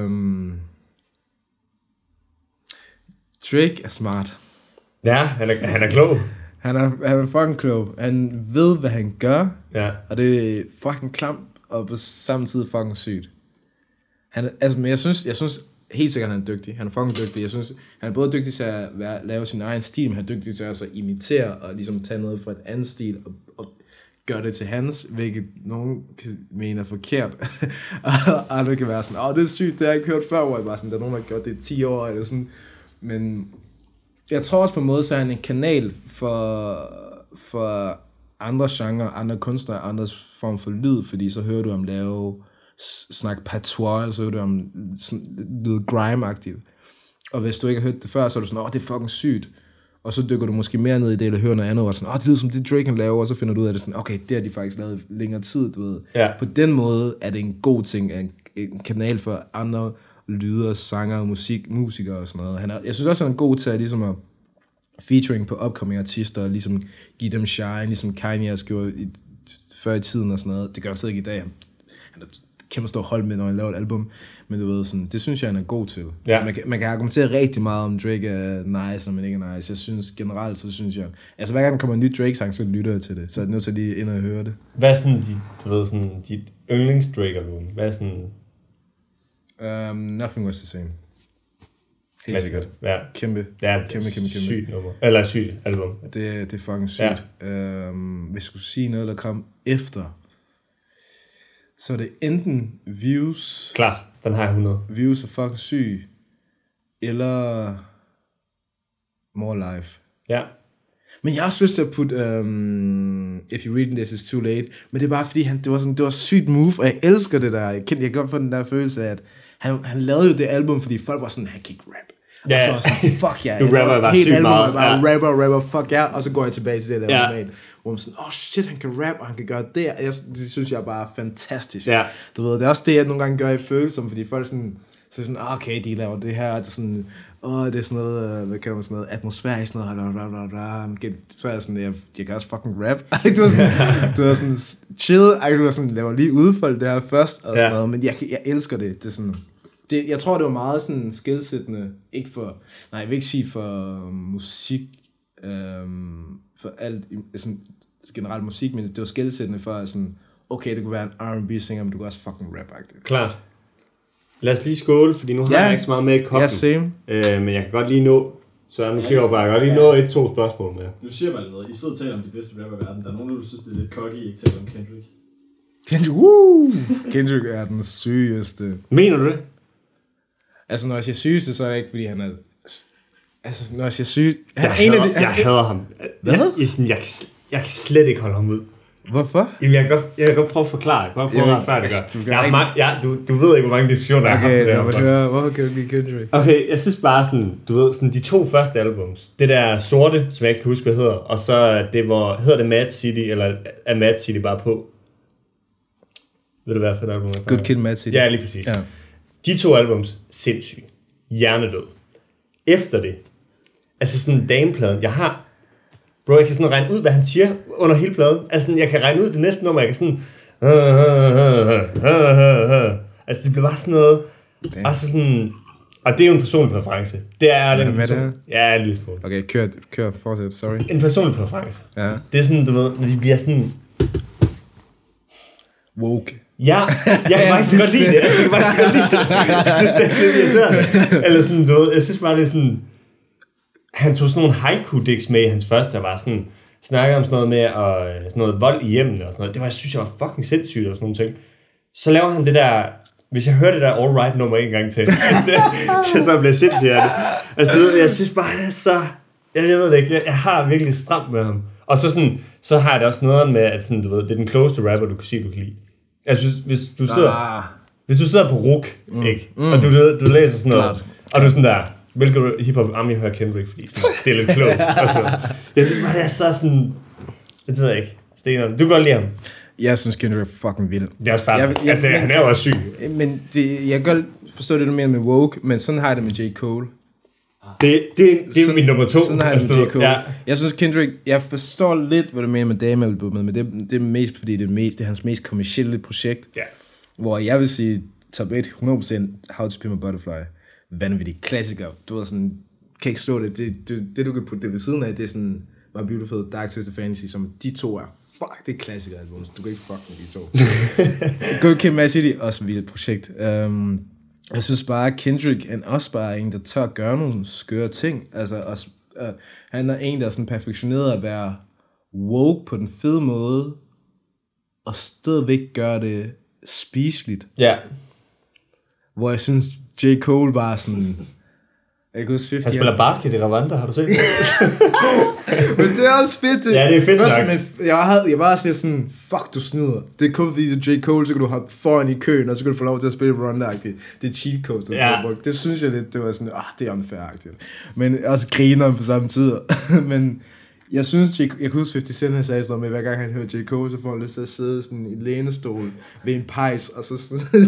Drake er smart. Ja, han er klog. Han er fucking klog. Han ved, hvad han gør. Ja. Og det er fucking klamt, og på samme tid fucking sygt. Men jeg synes helt sikkert, han er dygtig. Han er fucking dygtig. Jeg synes, han er både dygtig til at lave sin egen stil, men han er dygtig til at imitere og ligesom tage noget fra et andet stil og gøre det til hans, hvilket nogen mener er forkert. Og andre kan være sådan, det er sygt, det har jeg ikke hørt før, hvor jeg bare sådan, der er nogen, der har gjort det i 10 år, eller sådan. Men jeg tror også på en måde, så er han en kanal for andre genrer, andre kunstnere, andres form for lyd, fordi så hører du om lave snak patois, eller så hører du om lidt grime-agtigt. Og hvis du ikke har hørt det før, så er du sådan, det er fucking sygt. Og så dykker du måske mere ned i det, eller hører noget andet, og sådan, det lyder som det Drake han laver, og så finder du ud af det sådan, okay, det har de faktisk lavet længere tid, du ved. Ja. På den måde er det en god ting, en kanal for andre lyder, sanger, musikere og sådan noget. Jeg synes også, han er god til at ligesom at featuring på upcoming artister, og ligesom give dem shine, ligesom Kanye også gjorde før i tiden og sådan noget. Det gør han stadig i dag. Han er kæmpe stor hold med, når han laver et album. Men du ved, sådan, det synes jeg, han er god til. Ja. Man kan argumentere rigtig meget om Drake er nice, og man ikke er nice. Jeg synes generelt, så synes jeg... Altså, hver gang der kommer en ny Drake-sang, så lytter jeg til det. Så er jeg nødt til lige ind og høre det. Hvad er sådan, dit yndlings-Drake-album? Hvad er sådan... Nothing Was The Same. Helt sikkert. Ja. Kæmpe. Sygt nummer. Eller sygt album. Det er fucking sygt. Ja. Hvis jeg skulle sige noget, der kom efter, så er det enten Views. Klart, den har jeg 100. Views er fucking syg. Eller More Life. Ja. Men jeg har også lyst til at putte If You Read This Is Too Late. Men det er bare fordi, det var sygt move, og jeg elsker det der. Jeg kan godt få den der følelse af, at han lavede jo det album, fordi folk var sådan, han kan ikke rap. Ja. Og så var sådan, fuck ja. Du rapper bare sygt meget. Rapper, fuck ja. Og så går jeg tilbage til det der album, hvor man sådan, shit, han kan rap, og han kan gøre det. Det synes jeg er bare fantastisk. Ja. Du ved, det er også det, jeg nogle gange gør i følelser, fordi folk sådan okay, de laver det her, det er sådan, det er sådan noget, hvad kalder man sådan noget, atmosfærisk noget, så er jeg sådan, jeg kan også fucking rap. Du var sådan chill, du var sådan, laver lige udfold det her først, og sådan noget, men jeg elsker det. Det er sådan, jeg tror, det var meget sådan skelsættende, jeg vil ikke sige for musik, for alt, sådan generelt musik, men det var skelsættende for sådan, okay, det kunne være en R&B-singer, men du kan også fucking rap-agtigt. Klart. Lad os lige skåle, fordi nu har jeg ikke så meget med i koppen. Ja, same. Men jeg kan godt lige nå, så nu kigger jeg godt lige nå 1-2 spørgsmål med. Nu siger man noget. I sidder og taler om de bedste rapper i verden. Der er nogen, der synes, det er lidt cocky, I taler om Kendrick. Kendrick er den sygeste. Mener du det? Altså, når jeg siger sygeste, så er det ikke, fordi han er Altså, når jeg siger syg... Jeg hader ham. Jeg kan slet ikke holde ham ud. Hvorfor? Jamen, jeg kan godt prøve at forklare. Du ved ikke, hvor mange diskussioner jeg har haft. Okay, hvorfor kan du lide Kendrick? Okay, jeg synes bare sådan, du ved, sådan de 2 første albums. Det der sorte, som jeg ikke kan huske, hvad hedder. Og så det, hedder det Mad City, eller er Mad City bare på? Ved du hvad for et album? Good Kid, Mad City. Ja, lige præcis. Ja. De 2 albums, sindssygt. Hjernedød. Efter det, altså sådan Dame-pladen, jeg kan sådan regne ud, hvad han siger under hele pladen. Altså jeg kan regne ud det næste nummer, jeg kan sådan... Altså det bliver bare sådan noget... Altså sådan... Og det er jo en personlig præference. Det er den person... Ja, en lille smule. Okay, kør, fortsæt, sorry. En personlig præference. Ja. Det er sådan, du ved, når de bliver sådan... Woke. Ja, jeg kan faktisk godt lide det. Jeg synes, det er lidt irriterende. Eller sådan, du ved, jeg synes bare, det er sådan... Han tog sådan nogle haiku-dicks med i hans første, og var sådan... Snakkede om sådan noget med, og sådan noget vold i hjemmene og sådan noget. Det var, jeg synes, jeg var fucking sindssygt og sådan nogle ting. Så laver han det der... Hvis jeg hører det der All Right nummer en gang til, så bliver jeg sindssygt af det. Altså, du ved, jeg synes bare, det er så... Jeg ved det ikke, jeg har virkelig stramt med ham. Og så sådan... Så har jeg det også noget med, at sådan, du ved, det er den klogeste rapper, du kan sige, du kan lide. Jeg synes, hvis du sidder på RUK, ikke? Og du læser sådan noget, og du er sådan der, hvilket hiphop army hører Kendrick, fordi sådan, det er lidt klogt. Jeg synes bare, det er så sådan, det ved jeg ikke. Stener, du kan godt lide ham. Jeg synes, Kendrick er fucking vild. Det er også bare, han er jo også syg. Men jeg kan godt forstå det mere med woke, men sådan har jeg det med J. Cole. Det er min nummer 2. Sådan har jeg det med J. Cole. Ja. Jeg synes, Kendrick, jeg forstår lidt, hvad du mener med Dame-albummet, men det er mest, fordi det er hans mest kommercielle projekt. Ja. Hvor jeg vil sige, top 1, 100% How to Pimp a Butterfly. Vanvittig klassiker. Du ved sådan, kan ikke slå det. Det du kan putte det ved siden af, det er sådan My Beautiful Dark Twisted Fantasy, som de 2 er. Fuck, det er klassiker-album. Du kan ikke fuck med de 2. Good Kid, Mad City, også et vildt projekt. Jeg synes bare, at Kendrick er også bare en, der tør gøre nogle skøre ting. Altså, også, han er en, der er sådan perfektioneret at være woke på den fede måde, og stadigvæk gøre det spiseligt. Ja. Hvor jeg synes, J. Cole bare sådan... Jeg kan huske 50. Han spiller basket i Rwanda, har du set det? Men det er også fedt. Ja, det er fedt først, nok. Men jeg var sådan, fuck, du snyder. Det er kun fordi, du er J. Cole, så kan du hoppe foran i køen, og så kan du få lov til at spille Rwanda-agtigt. Det er cheat codes, det synes jeg lidt, det var sådan, det er unfair-agtigt. Men også grineren på samme tid. Men jeg synes, jeg kunne huske 50 Cent, han sagde sådan med, hver gang han hørte J. Cole, så får han lyst til at sidde sådan i en lænestol ved en pejs, og så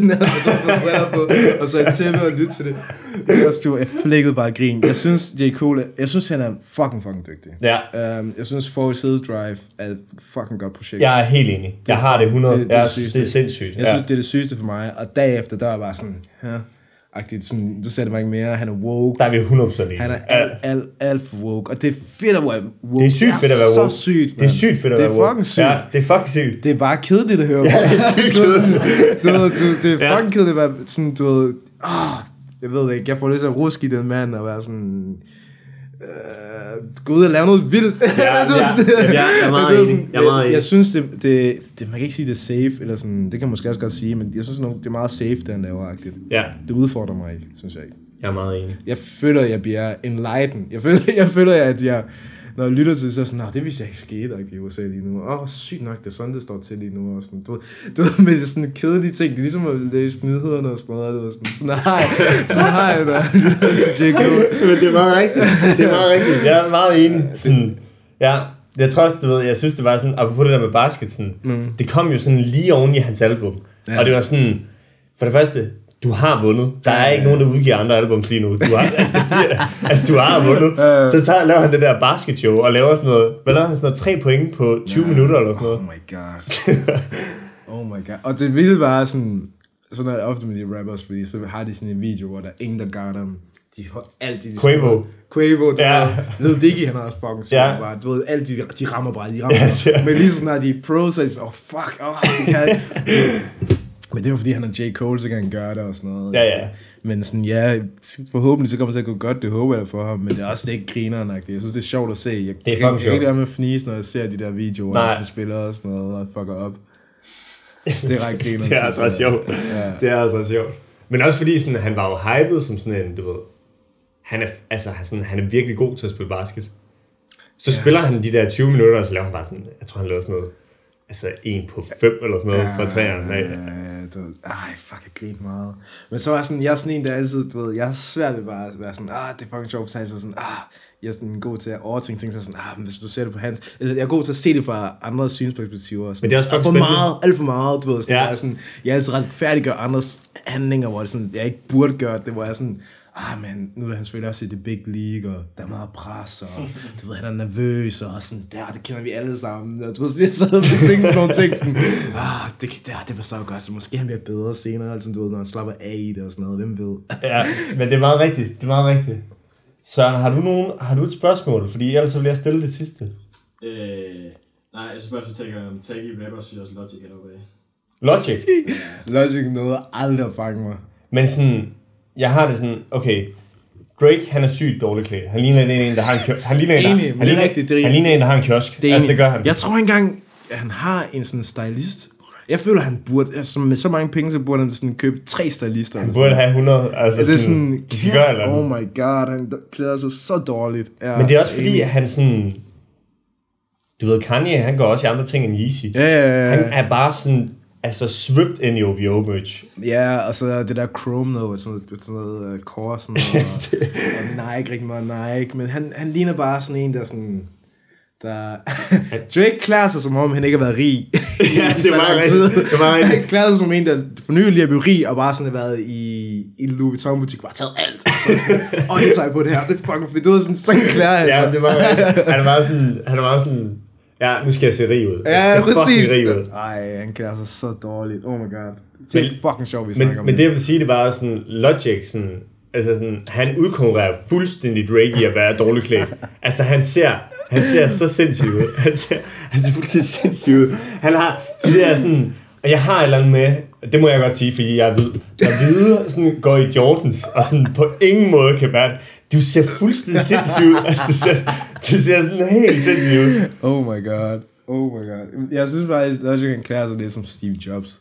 på, og så et tæppe og lytte til det. Jeg flækkede bare grin. Jeg synes, J. Cole, han er fucking dygtig. Ja. Jeg synes, Forward Sales Drive er et fucking godt projekt. Jeg er helt enig. Jeg har det 100. Det er sindssygt. Jeg synes, det er det sygeste for mig. Og derefter, der var bare sådan, agtigt, sådan, du sagde det mig ikke mere, han er woke. Der er vi 100% enige. Han er alt for woke, og det er fedt at være woke. Det er sygt fedt at være woke. Så sygt, man. Det er sygt fedt at være woke. Det er fucking sygt. Ja, det er fucking sygt. Det er bare kedeligt at høre på. Ja, det er sygt kedeligt. Det er fucking kedeligt at være sådan, du ved, jeg ved det ikke, jeg får lyst til at ruske i den mand, og være sådan, gå ud og lave noget vildt. Jeg er meget enig. Jeg synes, det man kan ikke sige, det er safe, eller sådan, det kan man måske også godt sige, men jeg synes, det er meget safe, det han laver-agtigt. Ja. Det udfordrer mig ikke, synes jeg ikke. Jeg er meget enig. Jeg føler, at jeg bliver enlightened. Jeg føler, at jeg, når jeg lytter til det, så er sådan, det vidste jeg ikke skete i USA lige nu. Sygt nok, det er sådan, det står til lige nu. Og sådan, du ved, med sådan kedelige ting. Det er ligesom at læse nyhederne og sådan noget. Det var sådan har jeg da. Men det er meget rigtigt. Jeg er meget enig. Sådan, ja, jeg tror også, du ved, jeg synes, det var sådan, apropos det der med basket, sådan, det kom jo sådan lige oven i hans album. Ja. Og det var sådan, for det første, du har vundet. Der er ikke nogen, der udgiver andre albums lige nu. Du har vundet. Så laver han det der basketshow og laver sådan noget, hvad laver han, sådan noget 3 point på 20 minutter eller sådan noget. Oh my god. Og det ville bare sådan er det ofte med de rappers, fordi så har de sådan en video, hvor der er ingen, der gør dem. De har altid... Quavo, Lil Dicky, han har også fucking sygt bare. Du ved, alt de rammer bare, Men lige sådan, når de pros, så fuck, det kan Men det er fordi, han er J. Cole, så kan han gøre det og sådan noget. Ja. Men sådan, forhåbentlig så kommer det til at gå godt, det håber jeg for ham. Men det er også ikke grineren-agtigt. Jeg synes, det er sjovt at se. Jeg kan ikke lade med at fnise, når jeg ser de der videoer, hvor de spiller og sådan noget, og fucker op. Det er ret grineren. Det er altså sjovt. Ja. Det er altså sjovt. Men også fordi sådan, han var jo hyped som sådan en, du ved, han er virkelig god til at spille basket. Så spiller han de der 20 minutter, og så laver han bare sådan, jeg tror han laver sådan noget, altså 1 på 5 eller sådan noget for træerne. Fuck, jeg griner meget. Men så var jeg sådan, jeg er sådan en, der altid, du ved, jeg er svært ved bare at være sådan, det er fucking sjovt, så sådan, jeg er sådan god til at overtænke ting, så sådan, men hvis du ser det på hans, jeg er god til at se det fra andre synsperspektiver. Sådan, men det er også for meget, alt for meget, du ved, sådan, jeg er altid ret færdiggør andres handlinger, hvor det sådan, jeg ikke burde gøre det, hvor jeg sådan, men nu er han selvfølgelig også i det big league, og der er meget pres, og du ved, han er nervøs, og sådan, det kender vi alle sammen, og du ved, jeg sad og tænkte sådan nogle ting, sådan, det forstår jeg godt, så måske han bliver bedre senere, altså, du ved, når han slapper af i det, og sådan noget, hvem ved. Ja, men det er meget rigtigt, Søren, har du et spørgsmål, fordi ellers så vil jeg stille det sidste. Nej, jeg synes bare, at vi tænker om Taggy rapper, synes jeg også Logic er deroppe af. Logic? Logic nåede aldrig at fange mig. Men sådan, jeg har det sådan, okay, Drake, han er sygt dårligt klædt. Han ligner en, der har en kiosk. Han ligner en, der har en kiosk. Det gør han. Jeg tror engang, at han har en sådan stylist. Jeg føler, han burde, altså med så mange penge, så burde han sådan købe 3 stylister. Han burde have 100, altså det er sådan, de skal gøre eller oh my god, han klæder sig så dårligt. Ja, men det er også fordi, at han sådan, du ved, Kanye, han går også i andre ting end Yeezy. Ja. Han er bare sådan, altså svøbt ind i OVO merch. Ja, og så det der Chrome noget, sådan noget Corsen og Nike, rigtig meget Nike, men han ligner bare sådan en, der sådan, Drake klæder sig som om han ikke har været rig. Ja, det er meget rigtigt. Han klæder sig som en, der for nylig lige har blevet rig, og bare sådan har været i Louis Vuitton butik, bare taget alt. Og så tager jeg på det her, det er fucking fedt. Du ved, sådan klæder han sig. Ja, det er meget rigtigt. Han er meget sådan, ja, nu skal jeg se rig ud. Ja, præcis. Ej, han klæder sig så dårligt. Oh my god. Det er fucking sjovt, vi snakker om. Men det jeg vil sige, det var sådan, Logic, sådan, altså sådan, han udkonkurrerer fuldstændig Drake i at være dårligt klædt. Altså han ser så sindssyg ud. Han ser fuldstændig sindssyg ud. Han har de der sådan, og jeg har et eller andet med, det må jeg godt sige, fordi jeg er hvid. Jeg er hvide, sådan går i Jordans, og sådan på ingen måde kan være, du ser fuldstændig sindssyg ud. Altså det ser sådan helt sindssyg ud. Oh my god. Jeg synes faktisk, at Logic kan klæde sig lidt som Steve Jobs.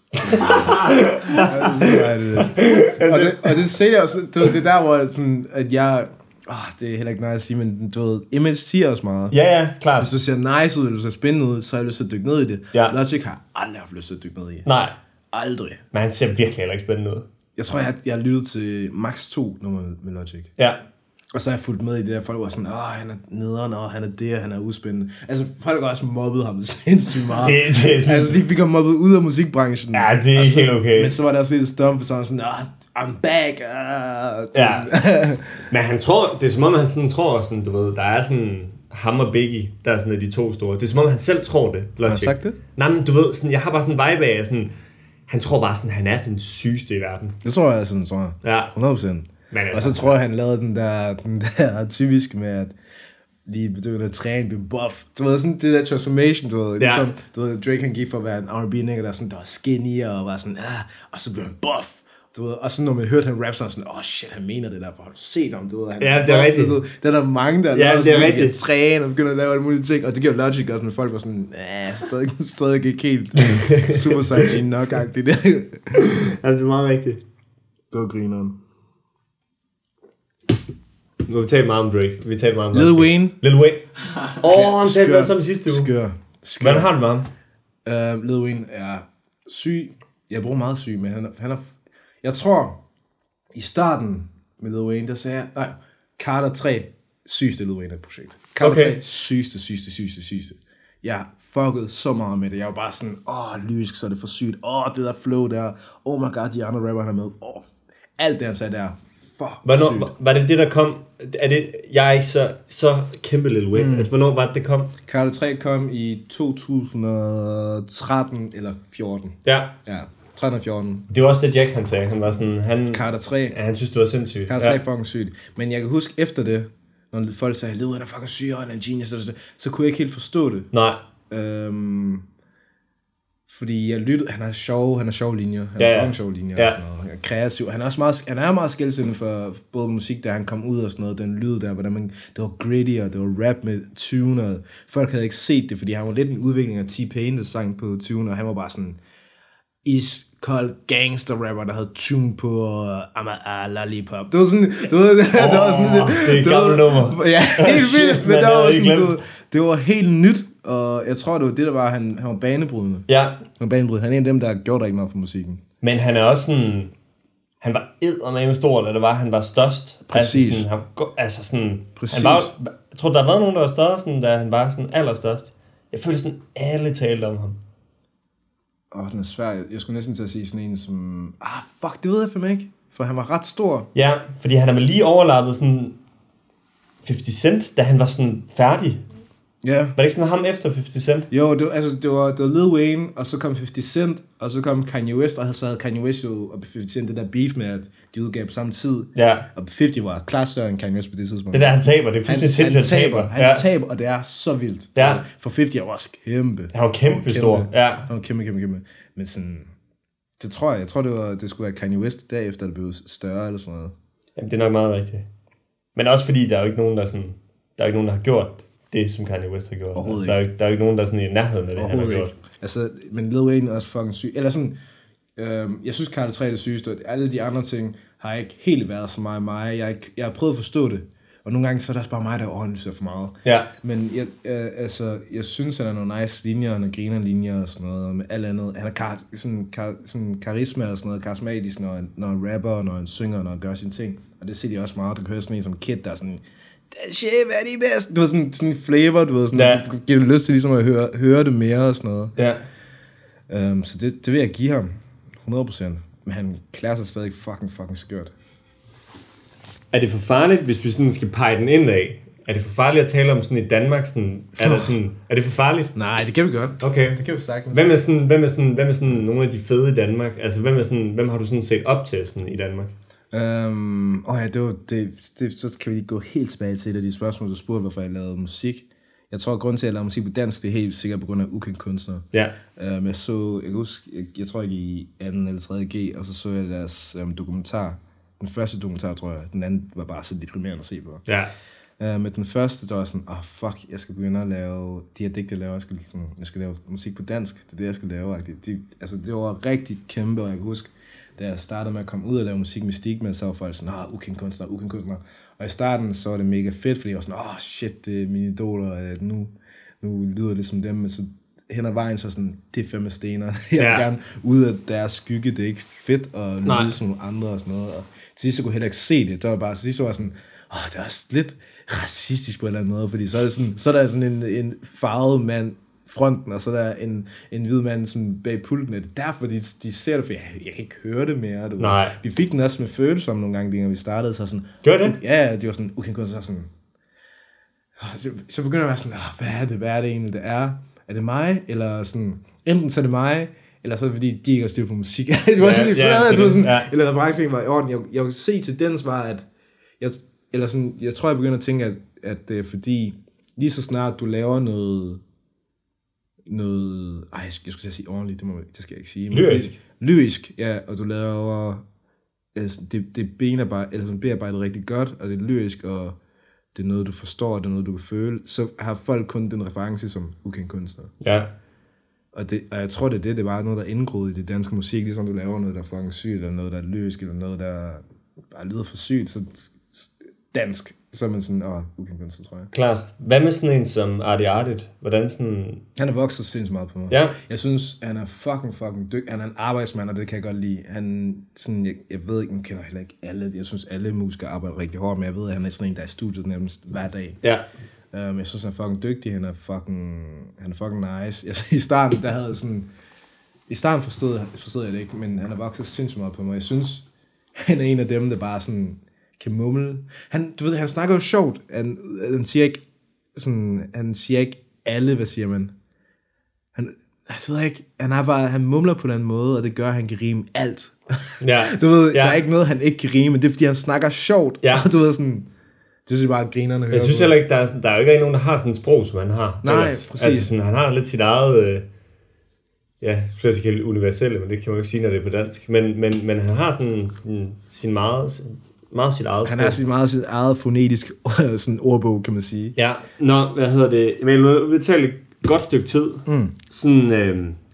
Og det ser jeg også, det der, hvor sådan, at jeg, det er heller ikke nice at sige, men du ved, image siger også meget. Ja, klart. Hvis du ser nice ud, eller du ser spændende ud, så har jeg lyst til at dykke ned i det. Ja. Logic har aldrig haft lyst til at dykke ned i det. Nej. Aldrig. Men han ser virkelig heller ikke spændende ud. Jeg tror, jeg har lyttet til max 2 nummer med Logic. Ja. Og så har jeg fulgt med i det der, folk var sådan, han er nederen, og han er det, og han er uspændende. Altså, folk har også mobbet ham sindssygt meget. Det er sådan... Altså, de fik ham mobbet ud af musikbranchen. Ja, det er altså, helt okay. Men så var der også lidt stum, for sådan, I'm back. Ja. Men han tror, det er som om han sådan tror, sådan, du ved, der er sådan ham og Biggie, der er sådan de 2 store. Det er som om han selv tror det. Har han sagt det? Nej, men du ved, sådan, jeg har bare sådan en vibe af, sådan, han tror bare sådan, han er den sygeste i verden. Det tror jeg sådan, tror jeg. Ja. 100%. Og så tror jeg, han lavede den der typisk med, at de begyndte at træne, blev buff. Du ved, sådan det der transformation, du ved. Ligesom, du ved, Drake han gik for at være en R&B-nigger, der var skinny og var sådan, og så blev han buff. Du ved, og så når man hørte han rap sådan, shit, han mener det der, for har du set ham, du ved. Han, ja, det er rigtigt. Du ved, der er der mange, der laver sådan, at træne og begynder at lave alle mulige ting, og det giver Logic også, men folk var sådan, stadig ikke helt super sejt nok-agtigt. Ja, det er meget rigtigt. Det var grineren. Nu har vi talt meget om Drake. Lil Wayne. Han talte også om sidste uge. Skør. Hvordan har du med ham? Lil Wayne er syg. Jeg bruger meget syg, men han er... Jeg tror, i starten med Lil Wayne, der sagde jeg... Carter 3, sygeste Lil Wayne-projekt. Carter 3, sygeste. Jeg fuckede så meget med det. Jeg var bare sådan, lyrisk, så er det for sygt. Det der flow der. Oh my god, de andre rapper, han er med. Alt det, han sagde der. Hvornår, var det der kom? Jeg er ikke så kæmpe Lil Wayne. Altså, hvornår var det kom? Carter 3 kom i 2013 eller 14. Ja. 13 og 14. Det var også det, Jack han sagde. Han var sådan... Carter 3. Ja, han synes, det var sindssygt. Carter 3 er fucking sygt. Men jeg kan huske efter det, når folk sagde, Lil Wayne er fucking syg, og han er en genius, så kunne jeg ikke helt forstå det. Nej. Fordi jeg lyttede, han har sjove linjer, han har fucking sjove linjer, og sådan noget. Han er kreativ, han er meget skældsende for både musik, der han kom ud og sådan noget, den lyd der, hvordan det var gritty, og det var rap med tune, og folk havde ikke set det, fordi han var lidt en udvikling af T-Pain, der sang på tune, og han var bare sådan, kold gangster-rapper, der havde tune på I'm a lollipop. Det var sådan, det var sådan... Det er et gammelt nummer. Ja, helt vildt, men det var sådan, det var helt nyt, og jeg tror, det var det, der var, han var banebrydende. Ja. Han var banebrydende. Han er en af dem, der gjorde rigtig meget for musikken. Men han er også sådan... Han var eddermame stor, da det var, han var størst. Præcis. Præcis. Han var, jeg tror, der har været nogen, der var større, sådan, da han var sådan allerstørst. Jeg følte sådan, alle talte om ham. Den er svær. Jeg skulle næsten til at sige sådan en som... Fuck, det ved jeg fandme ikke. For han var ret stor. Ja, fordi han var lige overlappet sådan 50 Cent, da han var sådan færdig. Ja. Var det ikke sådan ham efter 50 Cent? Jo, det var Lil Wayne, og så kom 50 Cent, og så kom Kanye West, og så havde Kanye West jo og 50 Cent det der beef med, at de udgav på samme tid. Ja. Og 50 var klart større end Kanye West på det tidspunkt. Det der, han taber. Det er fuldstændig sindssygt, han taber. Han taber, og det er så vildt. Ja. For 50 var også kæmpe. Han var kæmpe stor. Ja. Han var kæmpe. Men sådan, det tror jeg. Det skulle være Kanye West derefter, det blev større eller sådan noget. Jamen, det er nok meget rigtigt. Men også fordi, der er jo ikke nogen, der har gjort det, som Kanye West har gjort. Altså, der er jo ikke nogen, der er sådan i nærheden af det, han har gjort. Ikke. Altså, men Lil Wayne er også fucking syg. Eller sådan, jeg synes, Carter 3 er det sygeste. Alle de andre ting har ikke helt været så meget mig. Jeg har prøvet at forstå det. Og nogle gange så er det også bare mig, der overanalyserer for meget. Ja. Men jeg synes, han er nogle nice linjer, og griner linjer og sådan noget, og med alt andet. Han er sådan karisma og sådan noget, karismatisk, når han rapper, og når han synger, og når han gør sine ting. Og det ser de også meget. Du kan høre sådan en som Kid, der er sådan, shit, hvad er de bedste? Du har sådan en flavor, du ved, sådan, ja. Du giver lyst til ligesom at høre det mere og sådan noget. Ja. Så det vil jeg give ham 100%. Men han klarer sig stadig fucking skørt. Er det for farligt, hvis vi sådan skal pege den ind af? Er det for farligt at tale om sådan i Danmark? Sådan, er det for farligt? Nej, det kan vi godt. Okay. Det kan vi sagtens. Hvem er sådan nogle af de fede i Danmark? Altså, hvem har du sådan set op til sådan i Danmark? Så kan vi lige gå helt tilbage til et af de spørgsmål, du spurgte, hvorfor jeg lavede musik. Jeg tror, at grunden til, at jeg lavede musik på dansk, det er helt sikkert på grund af ukendte kunstnere. Ja. Jeg kan huske, jeg tror ikke i 2. eller 3. G, og så så jeg deres dokumentar. Den første dokumentar, tror jeg. Den anden var bare så deprimerende at se på. Ja. Med den første, der var sådan, fuck, jeg skal begynde at lave de her digte, jeg laver. Jeg skal lave musik på dansk. Det er det, jeg skal lave. Det var rigtig kæmpe, og jeg kan huske, da jeg startede med at komme ud og lave musik med stigma, så var folk sådan, ukendte kunstner. Og i starten, så var det mega fedt, fordi jeg var sådan, shit, det er mine idoler, nu lyder det som dem, men så hen ad vejen, så sådan, det er fandme stener. Jeg vil gerne ud af deres skygge, det er ikke fedt at lyde som nogle andre og sådan noget. Og til sidst, så kunne jeg heller ikke se det. Det var bare, til sidst, så var jeg sådan, det er også lidt racistisk på en eller anden måde, fordi så er der sådan en farvet mand fronten, og så er der en hvid mand sådan bag pulten. Det er derfor, de ser det, for jeg kan ikke høre det mere. Nej. Vi fik den også med følelser om nogle gange, når vi startede, så sådan... Gør det? Ja, det var sådan, så sådan... Så begynder jeg at være sådan, hvad er det egentlig, det er? Er det mig? Eller sådan, enten så er det mig, eller så er det fordi, de ikke har styr på musik. Det var sådan, eller referencen var i orden. Jeg vil se tendens var, at... Jeg tror, jeg begynder at tænke, at det er fordi, lige så snart du laver noget jeg skulle sige ordentligt, det skal jeg ikke sige. Lyrisk, ja, og du laver det benarbejde, eller sådan bearbejdet rigtig godt, og det er lyrisk, og det er noget, du forstår, det er noget, du kan føle, så har folk kun den reference som ukendt kunstner. Ja. Og jeg tror, det er bare noget, der er indgroet i det danske musik, ligesom du laver noget, der er fucking sygt, eller noget, der er lyrisk, eller noget, der bare lyder for sygt, så dansk, så er man sådan, ukendt kunstner, tror jeg. Klart. Hvad med sådan en som Artie Artit? Hvordan sådan... Han er vokset sindssygt meget på mig. Ja. Jeg synes, han er fucking dygtig. Han er en arbejdsmand, og det kan jeg godt lide. Han, sådan, jeg ved ikke, man kender heller ikke alle. Jeg synes, alle musikere arbejder rigtig hårdt, men jeg ved, at han er sådan en, der er i studiet nærmest hver dag. Ja. Jeg synes, han er fucking dygtig. Han er fucking nice. I starten, der havde sådan... I starten forstod jeg det ikke, men han er vokset sindssygt meget på mig. Jeg synes, han er en af dem, der bare sådan... kan mumle. Han snakker jo sjovt. Han siger ikke alle, hvad siger man? Han mumler på den måde, og det gør, at han kan rime alt. Ja. Der er ikke noget, han ikke kan rime, men det er, fordi han snakker sjovt. Ja. Og sådan, det synes jeg bare, at grinerne hører. Jeg synes heller ikke, der er jo ikke nogen, der har sådan et sprog, som han har. Nej, præcis. Altså sådan, han har lidt sit eget... jeg skal kalde universelle, men det kan man jo ikke sige, når det er på dansk. Men han har sådan sin meget sit eget sprog. Han har meget sit eget fonetisk sådan ordbog, kan man sige. Ja, jeg vil tale et godt stykke tid. Sådan,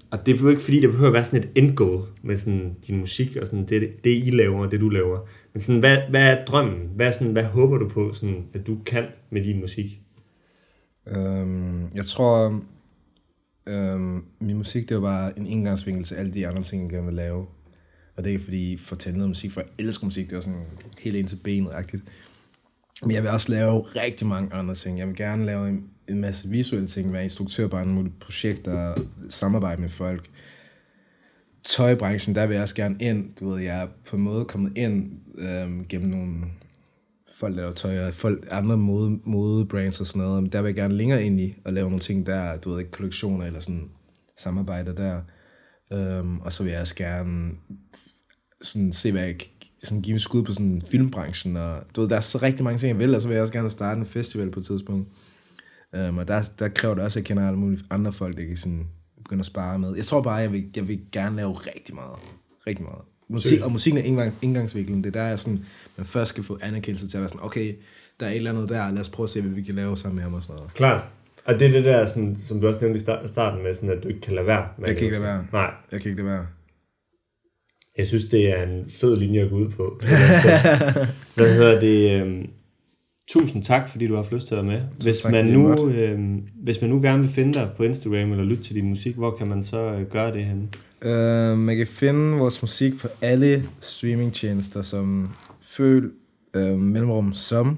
Og det er jo ikke fordi, det behøver at være sådan et end goal med sådan din musik og sådan det I laver og det du laver. Men sådan, hvad er drømmen? Hvad håber du på, sådan, at du kan med din musik? Jeg tror, min musik, det er jo bare en indgangsvinkel til alle de andre ting, jeg gerne vil lave. Og det er ikke fordi, for at tage noget musik, for jeg elsker musik, det er sådan helt ind til benet-agtigt. Men jeg vil også lave rigtig mange andre ting. Jeg vil gerne lave en masse visuelle ting, være instruktør på andre mulige projekter, samarbejde med folk. Tøjbranchen, der vil jeg også gerne ind. Du ved, jeg er på en måde kommet ind gennem nogle folk, der laver tøj, og andre modebrands og sådan noget. Men der vil jeg gerne længere ind i og lave nogle ting der, du ved, kollektioner eller sådan samarbejder der. Og så vil jeg også gerne sådan se, hvad jeg kan sådan give mig skud på sådan filmbranchen, og du ved, der er så rigtig mange ting, jeg vil, og så vil jeg også gerne starte en festival på et tidspunkt. Og der kræver det også, at jeg kender alle mulige andre folk, der kan sådan begynde at spare med. Jeg tror bare, jeg vil gerne lave rigtig meget. Rigtig meget. Musik, og musikken er indgangsvinklen. Det der er sådan, man først skal få anerkendelse til at være sådan, okay, der er et eller andet der, lad os prøve at se, hvad vi kan lave sammen med ham og sådan noget. Klart. Og det er det der, sådan, som du også nævnte i starten med, sådan, at du ikke kan lade være. Jeg kan ikke lade være. Nej. Jeg kan ikke lade være. Jeg synes, det er en fed linje at gå ud på. Hvad hedder det? Tusind tak, fordi du har haft lyst til at være med. Hvis man nu gerne vil finde dig på Instagram eller lytte til din musik, hvor kan man så gøre det henne? Man kan finde vores musik på alle streamingtjenester, som Føl, mellemrum som.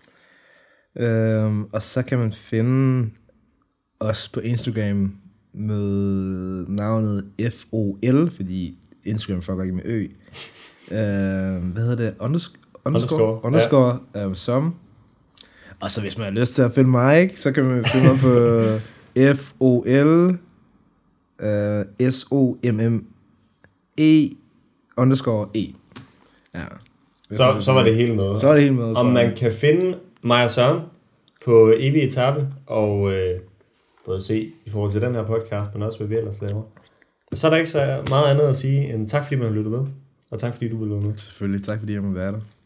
Og så kan man finde os på Instagram med navnet FOL, fordi Instagram fucker ikke med ø. Hvad hedder det? Underscore som. Og så hvis man har lyst til at finde mig, ikke, så kan man finde mig på FOL SOMME_E. Ja. Så var det hele med. Så var det hele med. Om man kan finde mig og Søren på evig etape, og både se i forhold til den her podcast, men også hvad vi ellers laver. Og så er der ikke så meget andet at sige end tak, fordi man har lyttet med, og tak, fordi du ville være med. Selvfølgelig, tak fordi jeg måtte være der.